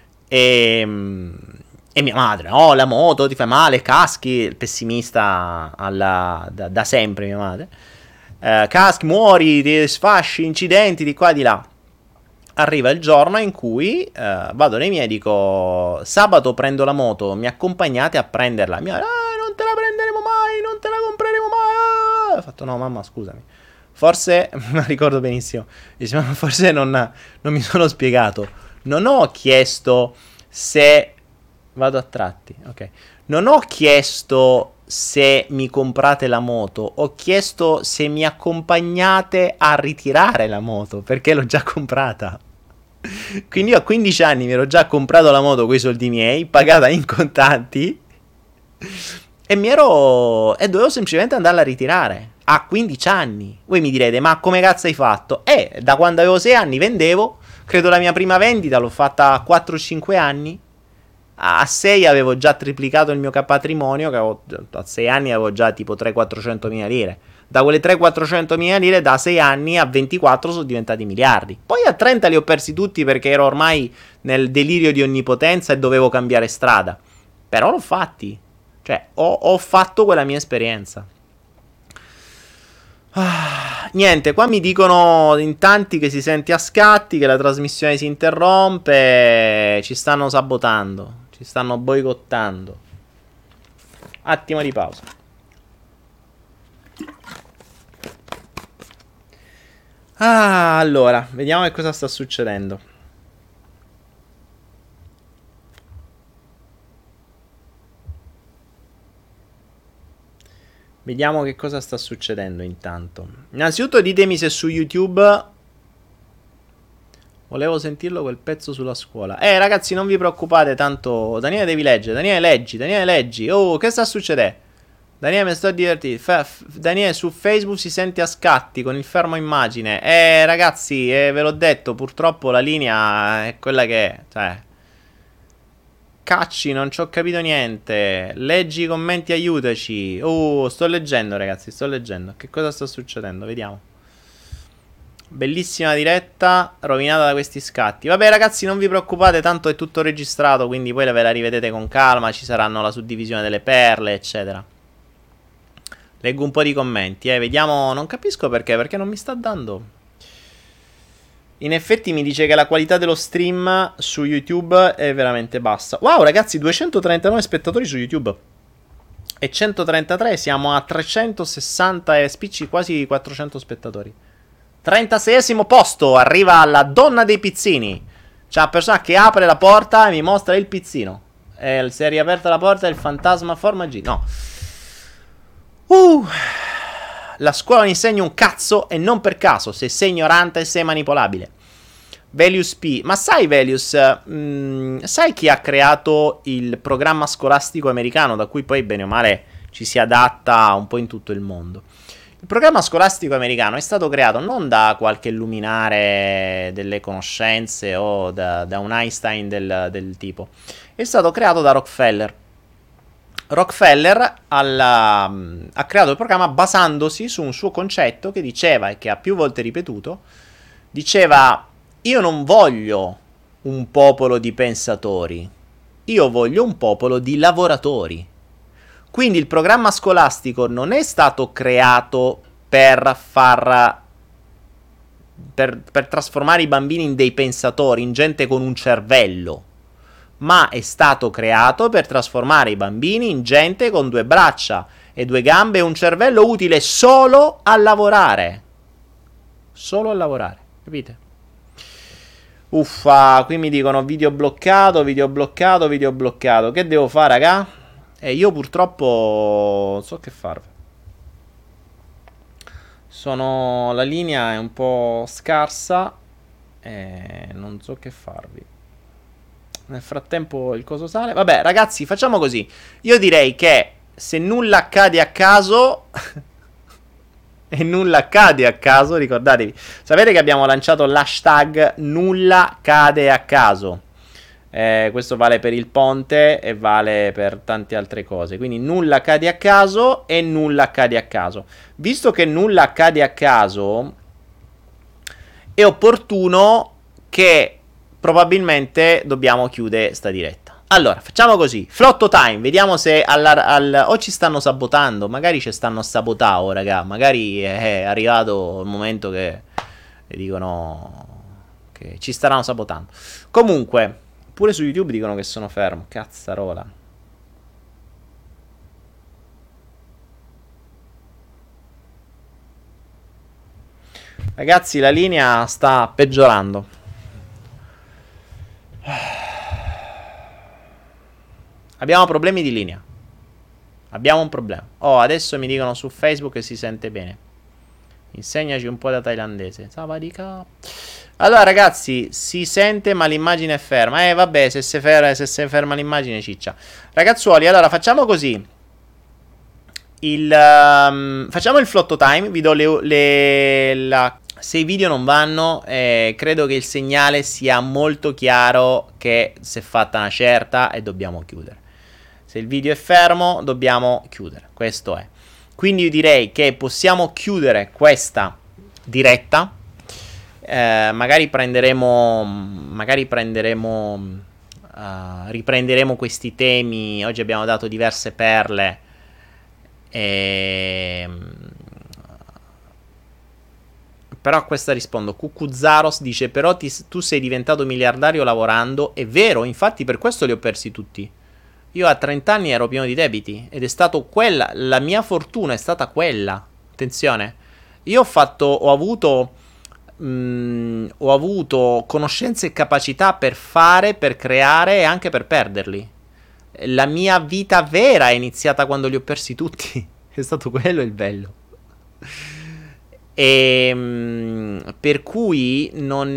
e mia madre, oh la moto ti fa male, caschi, pessimista da sempre mia madre. Caschi, muori, ti sfasci, incidenti di qua e di là. Arriva il giorno in cui vado dai miei e dico sabato prendo la moto, mi accompagnate a prenderla. Mia, non te la prenderemo mai, non te la compreremo mai. Ho fatto no mamma scusami. Forse, me la ricordo benissimo, dice, ma forse non mi sono spiegato. Non ho chiesto se... Vado a tratti, ok. Non ho chiesto se mi comprate la moto, ho chiesto se mi accompagnate a ritirare la moto, perché l'ho già comprata. Quindi io a 15 anni mi ero già comprato la moto con i soldi miei, pagata in contanti, e e dovevo semplicemente andarla a ritirare. A 15 anni. Voi mi direte, ma come cazzo hai fatto? Da quando avevo 6 anni vendevo, credo la mia prima vendita l'ho fatta a 4-5 anni. A 6 avevo già triplicato il mio patrimonio, a 6 anni avevo già tipo 300-400 mila lire. Da quelle 300-400 mila lire, da 6 anni a 24 sono diventati miliardi. Poi a 30 li ho persi tutti perché ero ormai nel delirio di onnipotenza e dovevo cambiare strada. Però l'ho fatti. Cioè, ho fatto quella mia esperienza. Niente, qua mi dicono in tanti che si sente a scatti, che la trasmissione si interrompe, ci stanno sabotando, ci stanno boicottando. Attimo di pausa. Allora, vediamo che cosa sta succedendo. Vediamo che cosa sta succedendo intanto. Innanzitutto ditemi se su YouTube... Volevo sentirlo quel pezzo sulla scuola. Ragazzi, non vi preoccupate, tanto... Daniele devi leggere, Daniele leggi. Oh, che sta succedendo? Daniele, mi sto divertendo. Daniele, su Facebook si sente a scatti con il fermo immagine. Ragazzi, ve l'ho detto, purtroppo la linea è quella che è. Cioè... Cacci, non ci ho capito niente. Leggi i commenti, aiutaci. Sto leggendo, ragazzi, sto leggendo. Che cosa sta succedendo? Vediamo. Bellissima diretta, rovinata da questi scatti. Vabbè, ragazzi, non vi preoccupate, tanto è tutto registrato, quindi poi ve la rivedete con calma. Ci saranno la suddivisione delle perle, eccetera. Leggo un po' di commenti, vediamo. Non capisco perché non mi sta dando. In effetti mi dice che la qualità dello stream su YouTube è veramente bassa. Wow, ragazzi, 239 spettatori su YouTube e 133, siamo a 360 e spicci, quasi 400 spettatori. 36esimo posto, arriva la donna dei pizzini. C'è una persona che apre la porta e mi mostra il pizzino. Si è riaperta la porta e il fantasma forma G. No. La scuola non insegna un cazzo e non per caso. Se sei ignorante sei manipolabile. Velius P. Ma sai Velius, sai chi ha creato il programma scolastico americano, da cui poi bene o male ci si adatta un po' in tutto il mondo? Il programma scolastico americano è stato creato non da qualche luminare delle conoscenze o da un Einstein del tipo. È stato creato da Rockefeller. Rockefeller ha creato il programma basandosi su un suo concetto che diceva, e che ha più volte ripetuto, diceva: io non voglio un popolo di pensatori, io voglio un popolo di lavoratori. Quindi il programma scolastico non è stato creato per trasformare i bambini in dei pensatori, in gente con un cervello, ma è stato creato per trasformare i bambini in gente con 2 braccia e 2 gambe e un cervello utile solo a lavorare. Solo a lavorare, capite? Uffa, qui mi dicono video bloccato. Che devo fare, raga? Io purtroppo non so che fare. La linea è un po' scarsa Non so che farvi. Nel frattempo il coso sale. Vabbè, ragazzi, facciamo così. Io direi che se nulla accade a caso e nulla accade a caso, ricordatevi, sapete che abbiamo lanciato l'hashtag nulla cade a caso. Questo vale per il ponte e vale per tante altre cose. Quindi nulla accade a caso e nulla accade a caso. Visto che nulla accade a caso, è opportuno che probabilmente dobbiamo chiudere sta diretta. Allora, facciamo così. Flotto time, vediamo se o ci stanno sabotando, magari ci stanno a sabotare, oh, raga. Magari è arrivato il momento che dicono che ci staranno sabotando. Comunque, pure su YouTube dicono che sono fermo. Cazzarola. Ragazzi, la linea sta peggiorando. Abbiamo problemi di linea. Abbiamo un problema. Oh, adesso mi dicono su Facebook che si sente bene. Insegnaci un po' da thailandese. Savadika. Allora, ragazzi, si sente ma l'immagine è ferma. Vabbè, se si ferma l'immagine, ciccia. Ragazzuoli, allora facciamo così. Facciamo il flotto time. Vi do se i video non vanno, credo che il segnale sia molto chiaro che si è fatta una certa e dobbiamo chiudere. Se il video è fermo, dobbiamo chiudere. Questo è. Quindi io direi che possiamo chiudere questa diretta. Riprenderemo questi temi. Oggi abbiamo dato diverse perle. Però a questa rispondo. Cucuzzaros dice: però tu sei diventato miliardario lavorando. È vero, infatti per questo li ho persi tutti. Io a 30 anni ero pieno di debiti ed è stato quella, la mia fortuna è stata quella. Attenzione, io ho avuto conoscenze e capacità per fare, per creare e anche per perderli. La mia vita vera è iniziata quando li ho persi tutti. È stato quello il bello. Per cui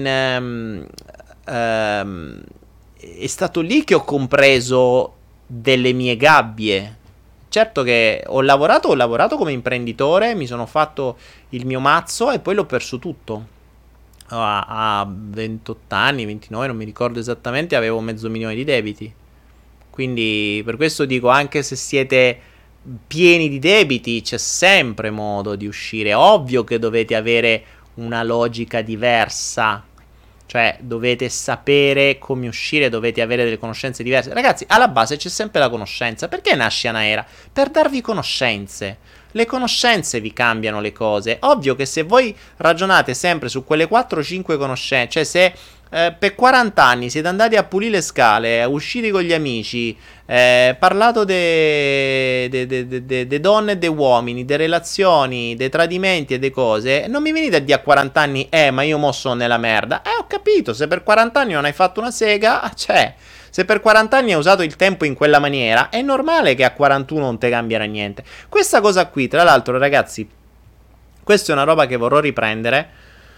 è stato lì che ho compreso delle mie gabbie. Certo che ho lavorato come imprenditore, mi sono fatto il mio mazzo e poi l'ho perso tutto. A 28 anni, 29, non mi ricordo esattamente, avevo $500,000 di debiti. Quindi per questo dico, anche se siete pieni di debiti, c'è sempre modo di uscire. Ovvio che dovete avere una logica diversa, cioè dovete sapere come uscire, dovete avere delle conoscenze diverse. Ragazzi, alla base c'è sempre la conoscenza. Perché nasce Anaera? Per darvi conoscenze. Le conoscenze vi cambiano le cose. Ovvio che se voi ragionate sempre su quelle 4-5 conoscenze, cioè se per 40 anni siete andati a pulire le scale, usciti con gli amici, parlato de donne e dei uomini, de relazioni, dei tradimenti e de cose, non mi venite a dire a 40 anni, ma io mo sono nella merda. Ho capito, se per 40 anni non hai fatto una sega, cioè, se per 40 anni hai usato il tempo in quella maniera, è normale che a 41 non te cambierà niente. Questa cosa qui, tra l'altro, ragazzi, questa è una roba che vorrò riprendere,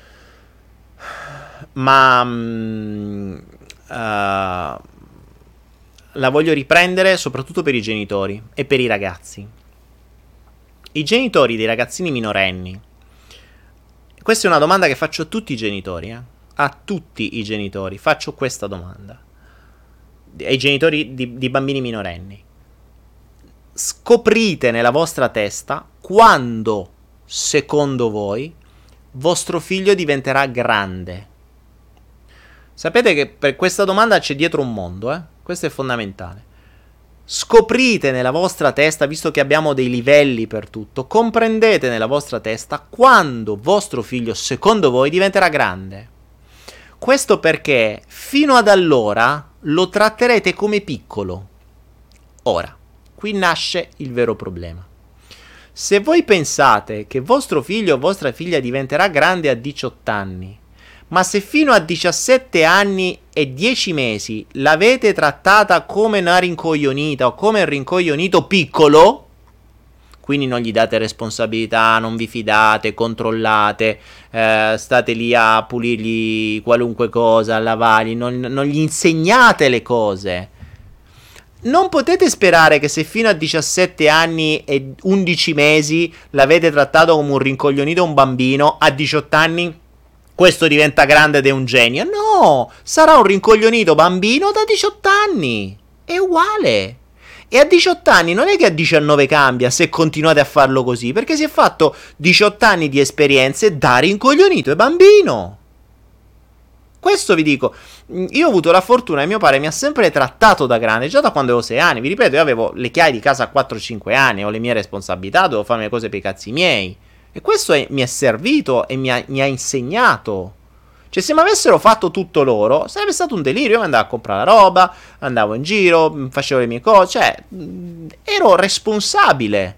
ma la voglio riprendere soprattutto per i genitori e per i ragazzi. I genitori dei ragazzini minorenni. Questa è una domanda che faccio a tutti i genitori, a tutti i genitori faccio questa domanda. Ai genitori di bambini minorenni. Scoprite nella vostra testa quando, secondo voi, vostro figlio diventerà grande. Sapete che per questa domanda c'è dietro un mondo, questo è fondamentale. Scoprite nella vostra testa, visto che abbiamo dei livelli per tutto, comprendete nella vostra testa quando vostro figlio, secondo voi, diventerà grande. Questo perché fino ad allora lo tratterete come piccolo. Ora, qui nasce il vero problema. Se voi pensate che vostro figlio o vostra figlia diventerà grande a 18 anni, ma se fino a 17 anni e 10 mesi l'avete trattata come una rincoglionita o come un rincoglionito piccolo, quindi non gli date responsabilità, non vi fidate, controllate, state lì a pulirgli qualunque cosa, a lavargli, non gli insegnate le cose. Non potete sperare che se fino a 17 anni e 11 mesi l'avete trattato come un rincoglionito, un bambino, a 18 anni questo diventa grande ed è un genio. No, sarà un rincoglionito bambino da 18 anni. È uguale. E a 18 anni non è che a 19 cambia se continuate a farlo così, perché si è fatto 18 anni di esperienze da rincoglionito e bambino. Questo vi dico, io ho avuto la fortuna e mio padre mi ha sempre trattato da grande, già da quando avevo 6 anni, vi ripeto, io avevo le chiavi di casa a 4-5 anni, ho le mie responsabilità, dovevo farmi le cose per i cazzi miei, e questo mi è servito e mi ha insegnato. Cioè, se mi avessero fatto tutto loro, sarebbe stato un delirio, io andavo a comprare la roba, andavo in giro, facevo le mie cose, cioè, ero responsabile.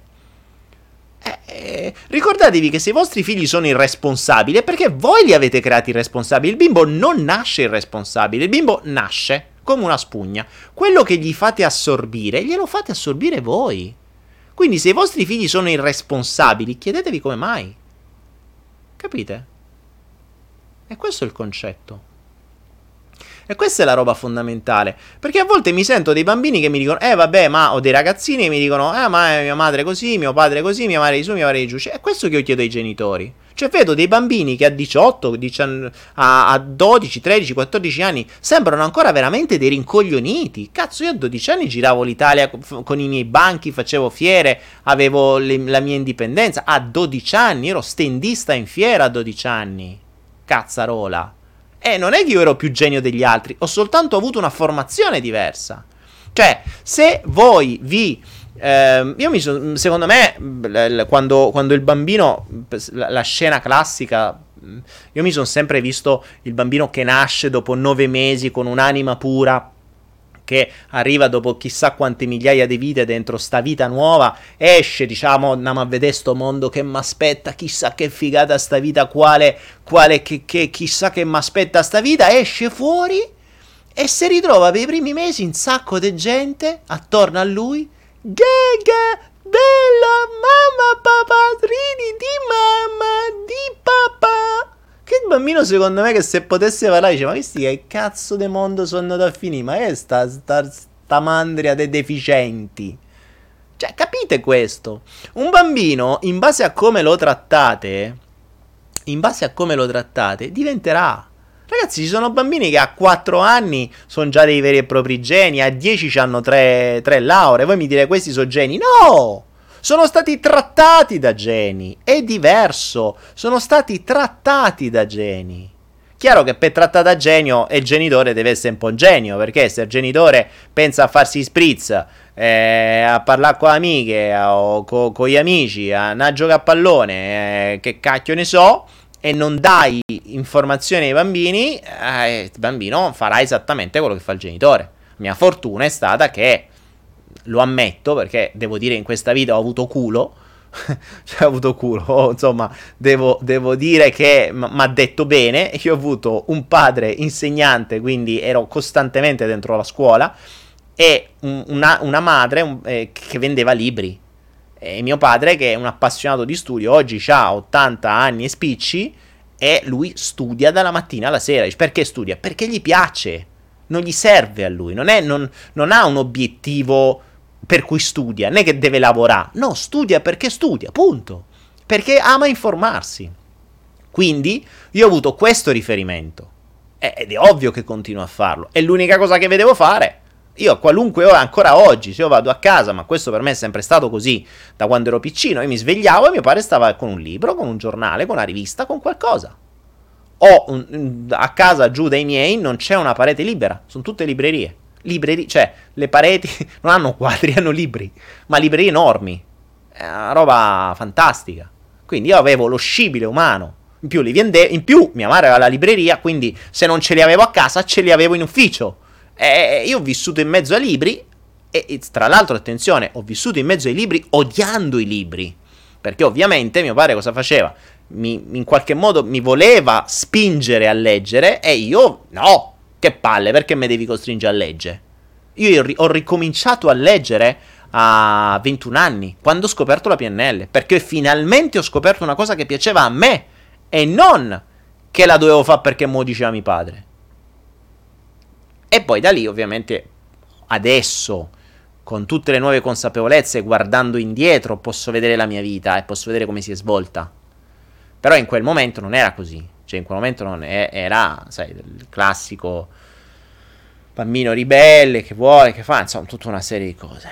Ricordatevi che se i vostri figli sono irresponsabili è perché voi li avete creati irresponsabili. Il bimbo non nasce irresponsabile, il bimbo nasce come una spugna. Quello che gli fate assorbire, glielo fate assorbire voi. Quindi se i vostri figli sono irresponsabili, chiedetevi come mai. Capite? E questo è il concetto. E questa è la roba fondamentale. Perché a volte mi sento dei bambini che mi dicono vabbè, ma, o dei ragazzini che mi dicono ma mia madre così, mio padre così, mia madre di su, mia madre di giù. Cioè, è questo che io chiedo ai genitori. Cioè vedo dei bambini che a 18, a 12, 13, 14 anni sembrano ancora veramente dei rincoglioniti. Cazzo, io a 12 anni giravo l'Italia con i miei banchi, facevo fiere, avevo la mia indipendenza. A 12 anni ero stendista in fiera a 12 anni. Cazzarola. Non è che io ero più genio degli altri, ho soltanto avuto una formazione diversa. Cioè, se voi secondo me, quando il bambino, la scena classica, io mi sono sempre visto il bambino che nasce dopo 9 mesi con un'anima pura, che arriva dopo chissà quante migliaia di vite dentro sta vita nuova, esce, diciamo, andiamo a vedere sto mondo che m'aspetta, chissà che figata sta vita, chissà che m'aspetta sta vita, esce fuori e si ritrova per i primi mesi un sacco di gente attorno a lui, gaga, bella, mamma, papà, ridi di mamma, di papà. Che il bambino, secondo me, che se potesse parlare dice: ma questi che cazzo de mondo sono andato a finire? Ma è sta mandria dei deficienti? Cioè, capite questo? Un bambino, in base a come lo trattate, diventerà. Ragazzi, ci sono bambini che a 4 anni sono già dei veri e propri geni, a 10 hanno 3 lauree. Voi mi direte, questi sono geni? No! Sono stati trattati da geni, è diverso, sono stati trattati da geni. Chiaro che per trattare da genio il genitore deve essere un po' un genio, perché se il genitore pensa a farsi spritz, a parlare con le amiche o con gli amici, a andare a giocare a pallone, che cacchio ne so, e non dai informazioni ai bambini, il bambino farà esattamente quello che fa il genitore. Mia fortuna è stata che, lo ammetto, perché devo dire in questa vita ho avuto culo, cioè ho avuto culo, insomma, devo dire che mi ha detto bene. Io ho avuto un padre insegnante, quindi ero costantemente dentro la scuola, e una madre che vendeva libri, e mio padre che è un appassionato di studio, oggi ha 80 anni e spicci, e lui studia dalla mattina alla sera. Perché studia? Perché gli piace, non gli serve a lui, non ha un obiettivo per cui studia, non è che deve lavorare, no, studia perché studia, punto, perché ama informarsi. Quindi io ho avuto questo riferimento ed è ovvio che continuo a farlo, è l'unica cosa che vedevo fare. Io a qualunque ora, ancora oggi, se io vado a casa, ma questo per me è sempre stato così da quando ero piccino, io mi svegliavo e mio padre stava con un libro, con un giornale, con una rivista, con qualcosa. A casa giù dai miei non c'è una parete libera, sono tutte librerie. Cioè le pareti non hanno quadri, hanno libri, ma librerie enormi, è una roba fantastica. Quindi io avevo lo scibile umano, in più mia madre aveva la libreria, quindi se non ce li avevo a casa ce li avevo in ufficio, e io ho vissuto in mezzo ai libri, e tra l'altro, attenzione, ho vissuto in mezzo ai libri odiando i libri, perché ovviamente mio padre cosa faceva? In qualche modo mi voleva spingere a leggere, e io no. Che palle, perché mi devi costringere a leggere? Io ho ricominciato a leggere a 21 anni, quando ho scoperto la PNL, perché finalmente ho scoperto una cosa che piaceva a me e non che la dovevo fare perché mo diceva mio padre. E poi da lì, ovviamente, adesso, con tutte le nuove consapevolezze, guardando indietro, posso vedere la mia vita e posso vedere come si è svolta. Però in quel momento non era così. Cioè, in quel momento non era, sai, il classico bambino ribelle che vuole, che fa, insomma, tutta una serie di cose.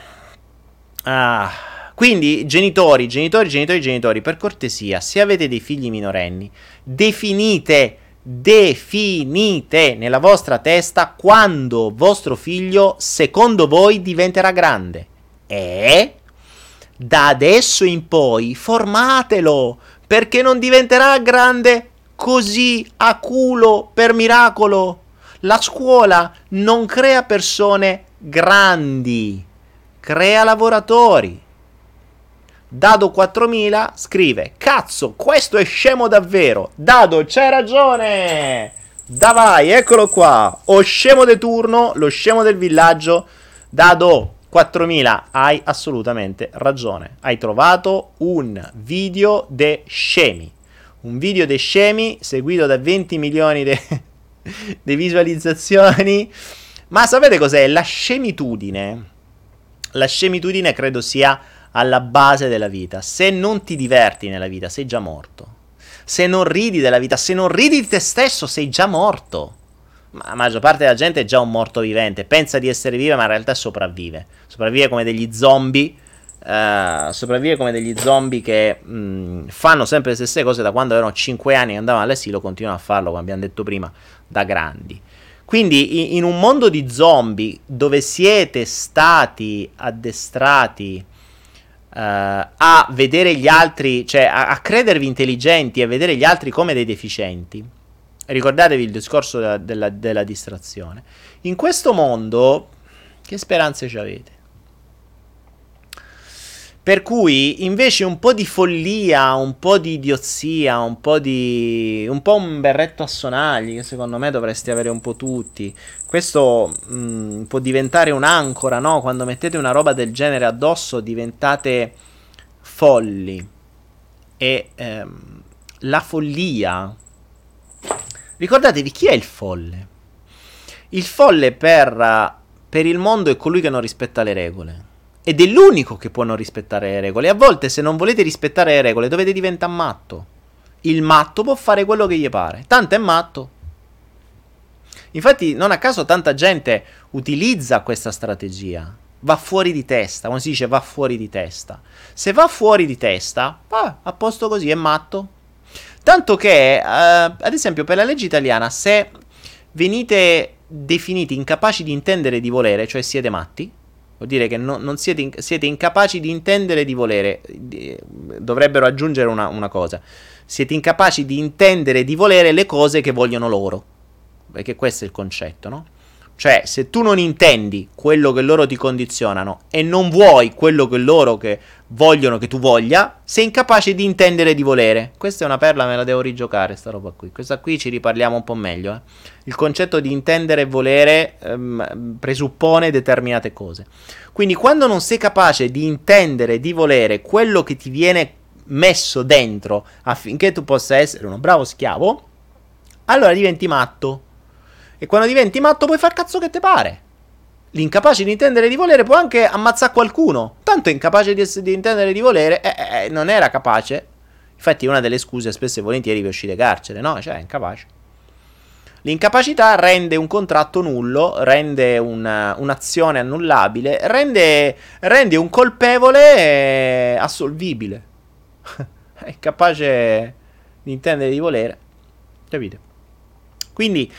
Quindi, genitori, per cortesia, se avete dei figli minorenni, definite nella vostra testa quando vostro figlio, secondo voi, diventerà grande. E da adesso in poi formatelo, perché non diventerà grande così a culo per miracolo. La scuola non crea persone grandi, crea lavoratori. Dado 4000 scrive: cazzo, questo è scemo davvero. Dado, c'hai ragione. Davai, eccolo qua. O scemo de turno, lo scemo del villaggio. Dado 4000, hai assolutamente ragione. Hai trovato un video de scemi. Un video de scemi seguito da 20 milioni di visualizzazioni. Ma sapete cos'è? La scemitudine. La scemitudine credo sia alla base della vita. Se non ti diverti nella vita, sei già morto. Se non ridi della vita, se non ridi di te stesso, sei già morto. Ma la maggior parte della gente è già un morto vivente. Pensa di essere viva, ma in realtà sopravvive. Sopravvive come degli zombie. Sopravvive come degli zombie che fanno sempre le stesse cose da quando avevano 5 anni e andavano all'asilo, continuano a farlo, come abbiamo detto prima, da grandi. Quindi in un mondo di zombie dove siete stati addestrati a vedere gli altri, cioè a credervi intelligenti e a vedere gli altri come dei deficienti, ricordatevi il discorso della distrazione. In questo mondo che speranze ci avete? Per cui invece un po' di follia, un po' di idiozia, un po' un berretto a sonagli, che secondo me dovreste avere un po' tutti. Questo può diventare un'ancora, no? Quando mettete una roba del genere addosso diventate folli. E la follia... Ricordatevi chi è il folle? Il folle per il mondo è colui che non rispetta le regole. Ed è l'unico che può non rispettare le regole. A volte, se non volete rispettare le regole, dovete diventare matto. Il matto può fare quello che gli pare. Tanto è matto. Infatti, non a caso tanta gente utilizza questa strategia. Va fuori di testa. Come si dice, va fuori di testa. Se va fuori di testa, a posto così, è matto. Tanto che, ad esempio, per la legge italiana, se venite definiti incapaci di intendere e di volere, cioè siete matti, vuol dire che non siete incapaci di intendere e di volere. Dovrebbero aggiungere una cosa. Siete incapaci di intendere e di volere le cose che vogliono loro. Perché questo è il concetto, no? Cioè, se tu non intendi quello che loro ti condizionano e non vuoi quello che loro che vogliono che tu voglia, sei incapace di intendere e di volere. Questa è una perla, me la devo rigiocare, sta roba qui. Questa qui ci riparliamo un po' meglio. Il concetto di intendere e volere presuppone determinate cose. Quindi quando non sei capace di intendere e di volere quello che ti viene messo dentro affinché tu possa essere uno bravo schiavo, allora diventi matto. E quando diventi matto puoi far cazzo che te pare. L'incapace di intendere e di volere può anche ammazzare qualcuno. Tanto è incapace di intendere e di volere, non era capace. Infatti è una delle scuse spesso e volentieri per uscire da carcere, no? Cioè è incapace. L'incapacità rende un contratto nullo, rende un'azione annullabile, rende un colpevole assolvibile. È incapace di intendere e di volere. Capite? Quindi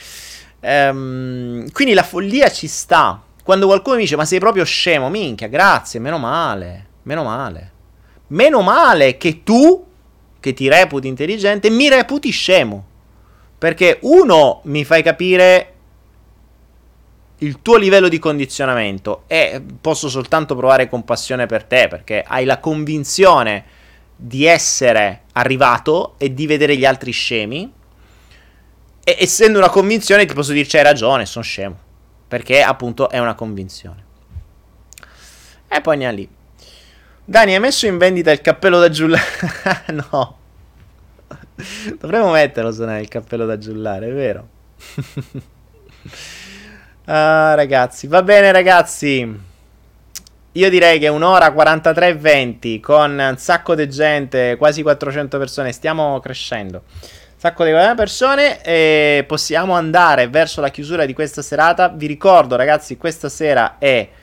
la follia ci sta. Quando qualcuno mi dice ma sei proprio scemo, minchia, grazie, meno male. Meno male che tu, che ti reputi intelligente, mi reputi scemo. Perché uno, mi fai capire il tuo livello di condizionamento e posso soltanto provare compassione per te, perché hai la convinzione di essere arrivato e di vedere gli altri scemi. E essendo una convinzione ti posso dire c'hai ragione, sono scemo, perché appunto è una convinzione. E poi andiamo lì. Dani, hai messo in vendita il cappello da giullare? No. Dovremmo metterlo suonare il cappello da giullare, è vero? Ah, ragazzi, va bene ragazzi. Io direi che un'ora 43:20 con un sacco di gente, quasi 400 persone, stiamo crescendo. Un sacco di persone e possiamo andare verso la chiusura di questa serata. Vi ricordo ragazzi, questa sera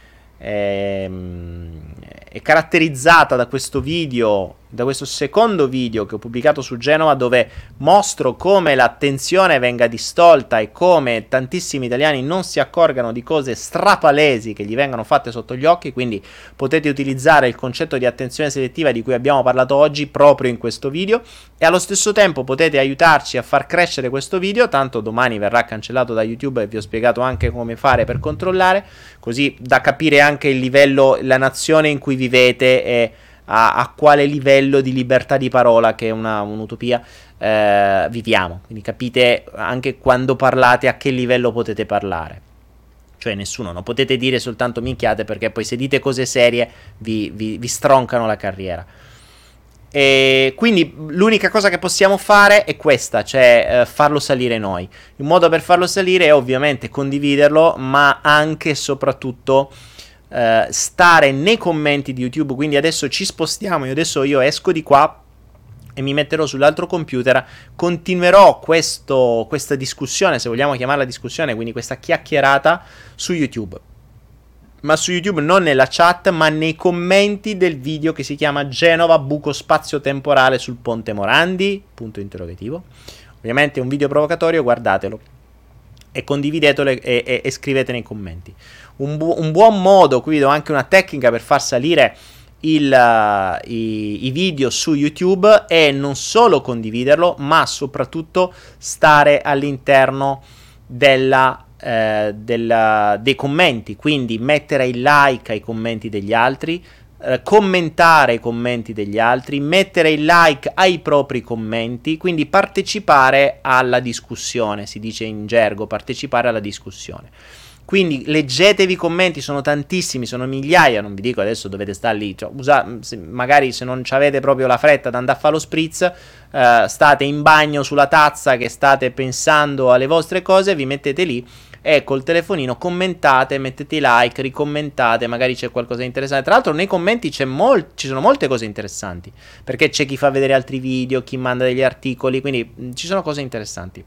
è caratterizzata da questo video, da questo secondo video che ho pubblicato su Genova, dove mostro come l'attenzione venga distolta e come tantissimi italiani non si accorgano di cose strapalesi che gli vengono fatte sotto gli occhi. Quindi potete utilizzare il concetto di attenzione selettiva di cui abbiamo parlato oggi proprio in questo video, e allo stesso tempo potete aiutarci a far crescere questo video, tanto domani verrà cancellato da YouTube e vi ho spiegato anche come fare per controllare, così da capire anche il livello, la nazione in cui vivete e a quale livello di libertà di parola, che è un'utopia, viviamo. Quindi capite anche quando parlate a che livello potete parlare. Cioè nessuno, non potete dire soltanto minchiate, perché poi se dite cose serie vi stroncano la carriera. E quindi l'unica cosa che possiamo fare è questa, cioè farlo salire noi. Il modo per farlo salire è ovviamente condividerlo, ma anche e soprattutto stare nei commenti di YouTube. Quindi adesso ci spostiamo, io esco di qua e mi metterò sull'altro computer, continuerò questa discussione, se vogliamo chiamarla discussione, quindi questa chiacchierata su YouTube. Ma su YouTube non nella chat, ma nei commenti del video che si chiama Genova buco spazio temporale sul ponte Morandi, punto interrogativo. Ovviamente è un video provocatorio, guardatelo e condividetelo e scrivete nei commenti. Un buon modo, qui vi do anche una tecnica per far salire i video su YouTube, è non solo condividerlo, ma soprattutto stare all'interno dei commenti, quindi mettere il like ai commenti degli altri, commentare i commenti degli altri, mettere il like ai propri commenti, quindi partecipare alla discussione, si dice in gergo, partecipare alla discussione. Quindi leggetevi i commenti, sono tantissimi, sono migliaia, non vi dico adesso dovete stare lì, cioè, magari se non avete proprio la fretta di andare a fare lo spritz, state in bagno sulla tazza che state pensando alle vostre cose, vi mettete lì e col telefonino commentate, mettete i like, ricommentate, magari c'è qualcosa di interessante. Tra l'altro nei commenti ci sono molte cose interessanti, perché c'è chi fa vedere altri video, chi manda degli articoli, quindi ci sono cose interessanti.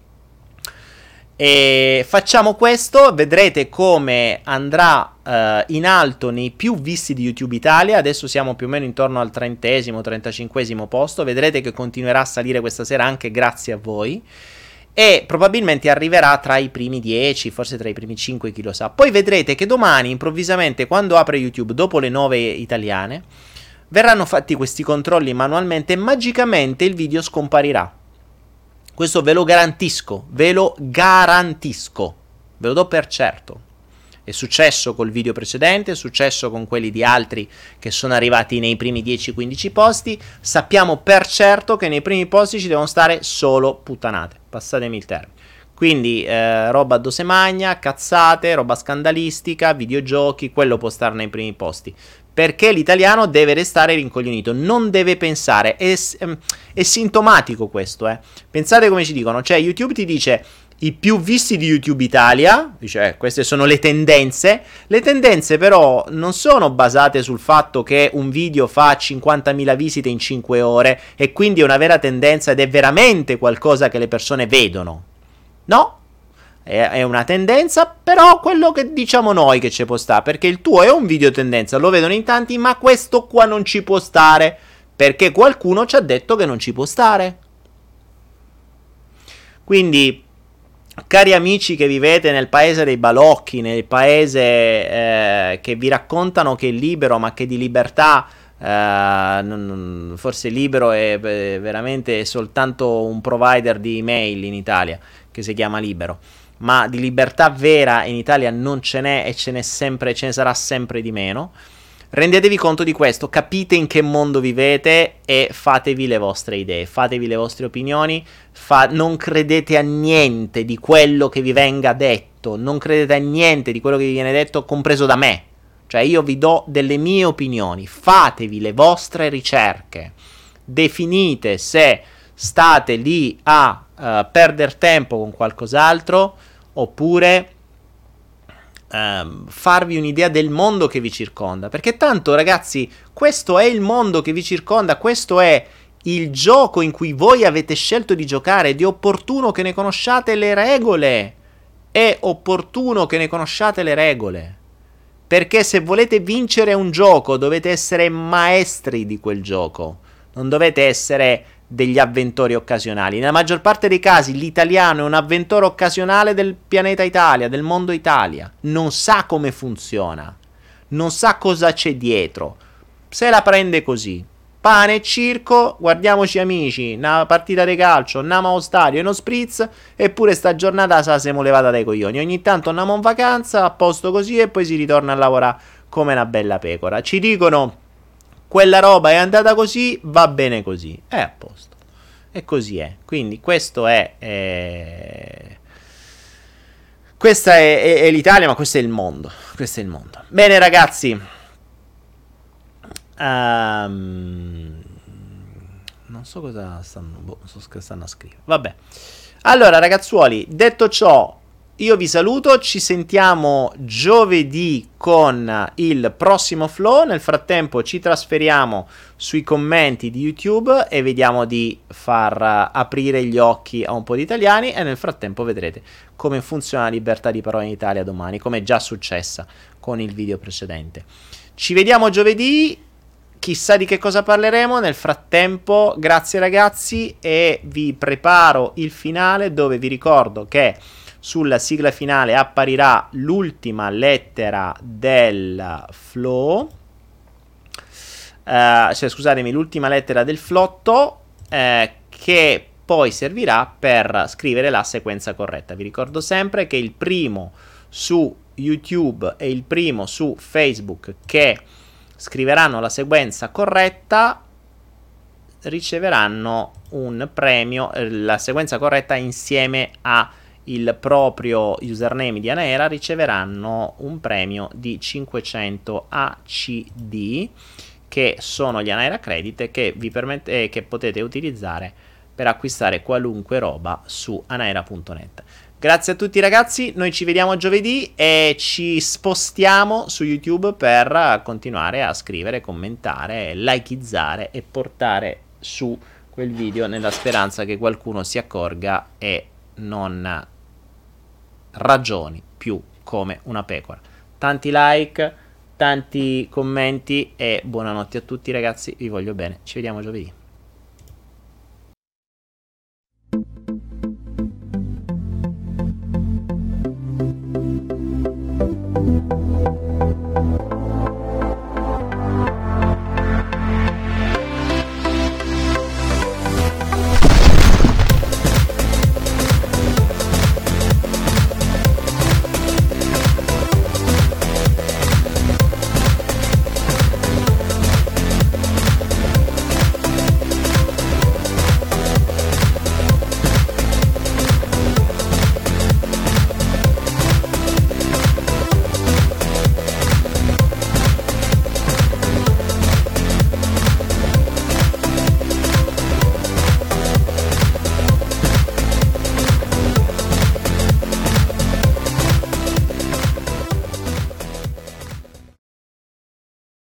E facciamo questo, vedrete come andrà in alto nei più visti di YouTube Italia. Adesso siamo più o meno intorno al 30-35 posto, vedrete che continuerà a salire questa sera anche grazie a voi, e probabilmente arriverà tra i primi 10, forse tra i primi 5, chi lo sa. Poi vedrete che domani improvvisamente, quando apre YouTube dopo le 9 italiane, verranno fatti questi controlli manualmente e magicamente il video scomparirà. Questo ve lo garantisco, ve lo do per certo. È successo col video precedente, è successo con quelli di altri che sono arrivati nei primi 10-15 posti. Sappiamo per certo che nei primi posti ci devono stare solo puttanate, passatemi il termine. Quindi roba dose magna, cazzate, roba scandalistica, videogiochi, quello può stare nei primi posti. Perché l'italiano deve restare rincoglionito, non deve pensare, è sintomatico questo, Pensate come ci dicono, cioè YouTube ti dice i più visti di YouTube Italia, dice queste sono le tendenze però non sono basate sul fatto che un video fa 50.000 visite in 5 ore e quindi è una vera tendenza ed è veramente qualcosa che le persone vedono, no? È una tendenza, però quello che diciamo noi che ci può stare, perché il tuo è un video tendenza, lo vedono in tanti, ma questo qua non ci può stare, perché qualcuno ci ha detto che non ci può stare. Quindi, cari amici che vivete nel paese dei balocchi, nel paese che vi raccontano che è libero, ma che di libertà, forse libero è veramente soltanto un provider di email in Italia, che si chiama Libero. Ma di libertà vera in Italia non ce n'è e ce ne sarà sempre di meno. Rendetevi conto di questo, capite in che mondo vivete e fatevi le vostre idee, fatevi le vostre opinioni, non credete a niente di quello che vi venga detto, non credete a niente di quello che vi viene detto, compreso da me. Cioè io vi do delle mie opinioni, fatevi le vostre ricerche, definite se state lì a perdere tempo con qualcos'altro oppure farvi un'idea del mondo che vi circonda, perché tanto ragazzi questo è il mondo che vi circonda, questo è il gioco in cui voi avete scelto di giocare ed è opportuno che ne conosciate le regole, è opportuno che ne conosciate le regole, perché se volete vincere un gioco dovete essere maestri di quel gioco, non dovete essere degli avventori occasionali. Nella maggior parte dei casi l'italiano è un avventore occasionale del pianeta Italia, del mondo Italia. Non sa come funziona, non sa cosa c'è dietro. Se la prende così. Pane e circo, guardiamoci amici, una partita di calcio, andiamo allo stadio, uno spritz, eppure sta giornata se la siamo levata dai coglioni. Ogni tanto andiamo in vacanza, a posto così, e poi si ritorna a lavorare come una bella pecora. Ci dicono quella roba è andata così, va bene così, è a posto. E così è. Quindi questo è questa è l'Italia, ma questo è il mondo. Questo è il mondo. Bene ragazzi. Non so cosa stanno a scrivere. Vabbè. Allora ragazzuoli, detto ciò, io vi saluto, ci sentiamo giovedì con il prossimo flow. Nel frattempo ci trasferiamo sui commenti di YouTube e vediamo di far aprire gli occhi a un po' di italiani, e nel frattempo vedrete come funziona la libertà di parola in Italia domani, come è già successa con il video precedente. Ci vediamo giovedì, chissà di che cosa parleremo. Nel frattempo grazie ragazzi, e vi preparo il finale, dove vi ricordo che sulla sigla finale apparirà l'ultima lettera del flow, scusatemi, l'ultima lettera del flotto, che poi servirà per scrivere la sequenza corretta. Vi ricordo sempre che il primo su YouTube e il primo su Facebook che scriveranno la sequenza corretta riceveranno un premio, la sequenza corretta insieme a il proprio username di Anaera, riceveranno un premio di 500 ACD, che sono gli Anaera Credit che vi permette, che potete utilizzare per acquistare qualunque roba su anaera.net. Grazie a tutti ragazzi, noi ci vediamo giovedì e ci spostiamo su YouTube per continuare a scrivere, commentare, likeizzare e portare su quel video, nella speranza che qualcuno si accorga e non ragioni più come una pecora. Tanti like, tanti commenti e buonanotte a tutti ragazzi, vi voglio bene, ci vediamo giovedì.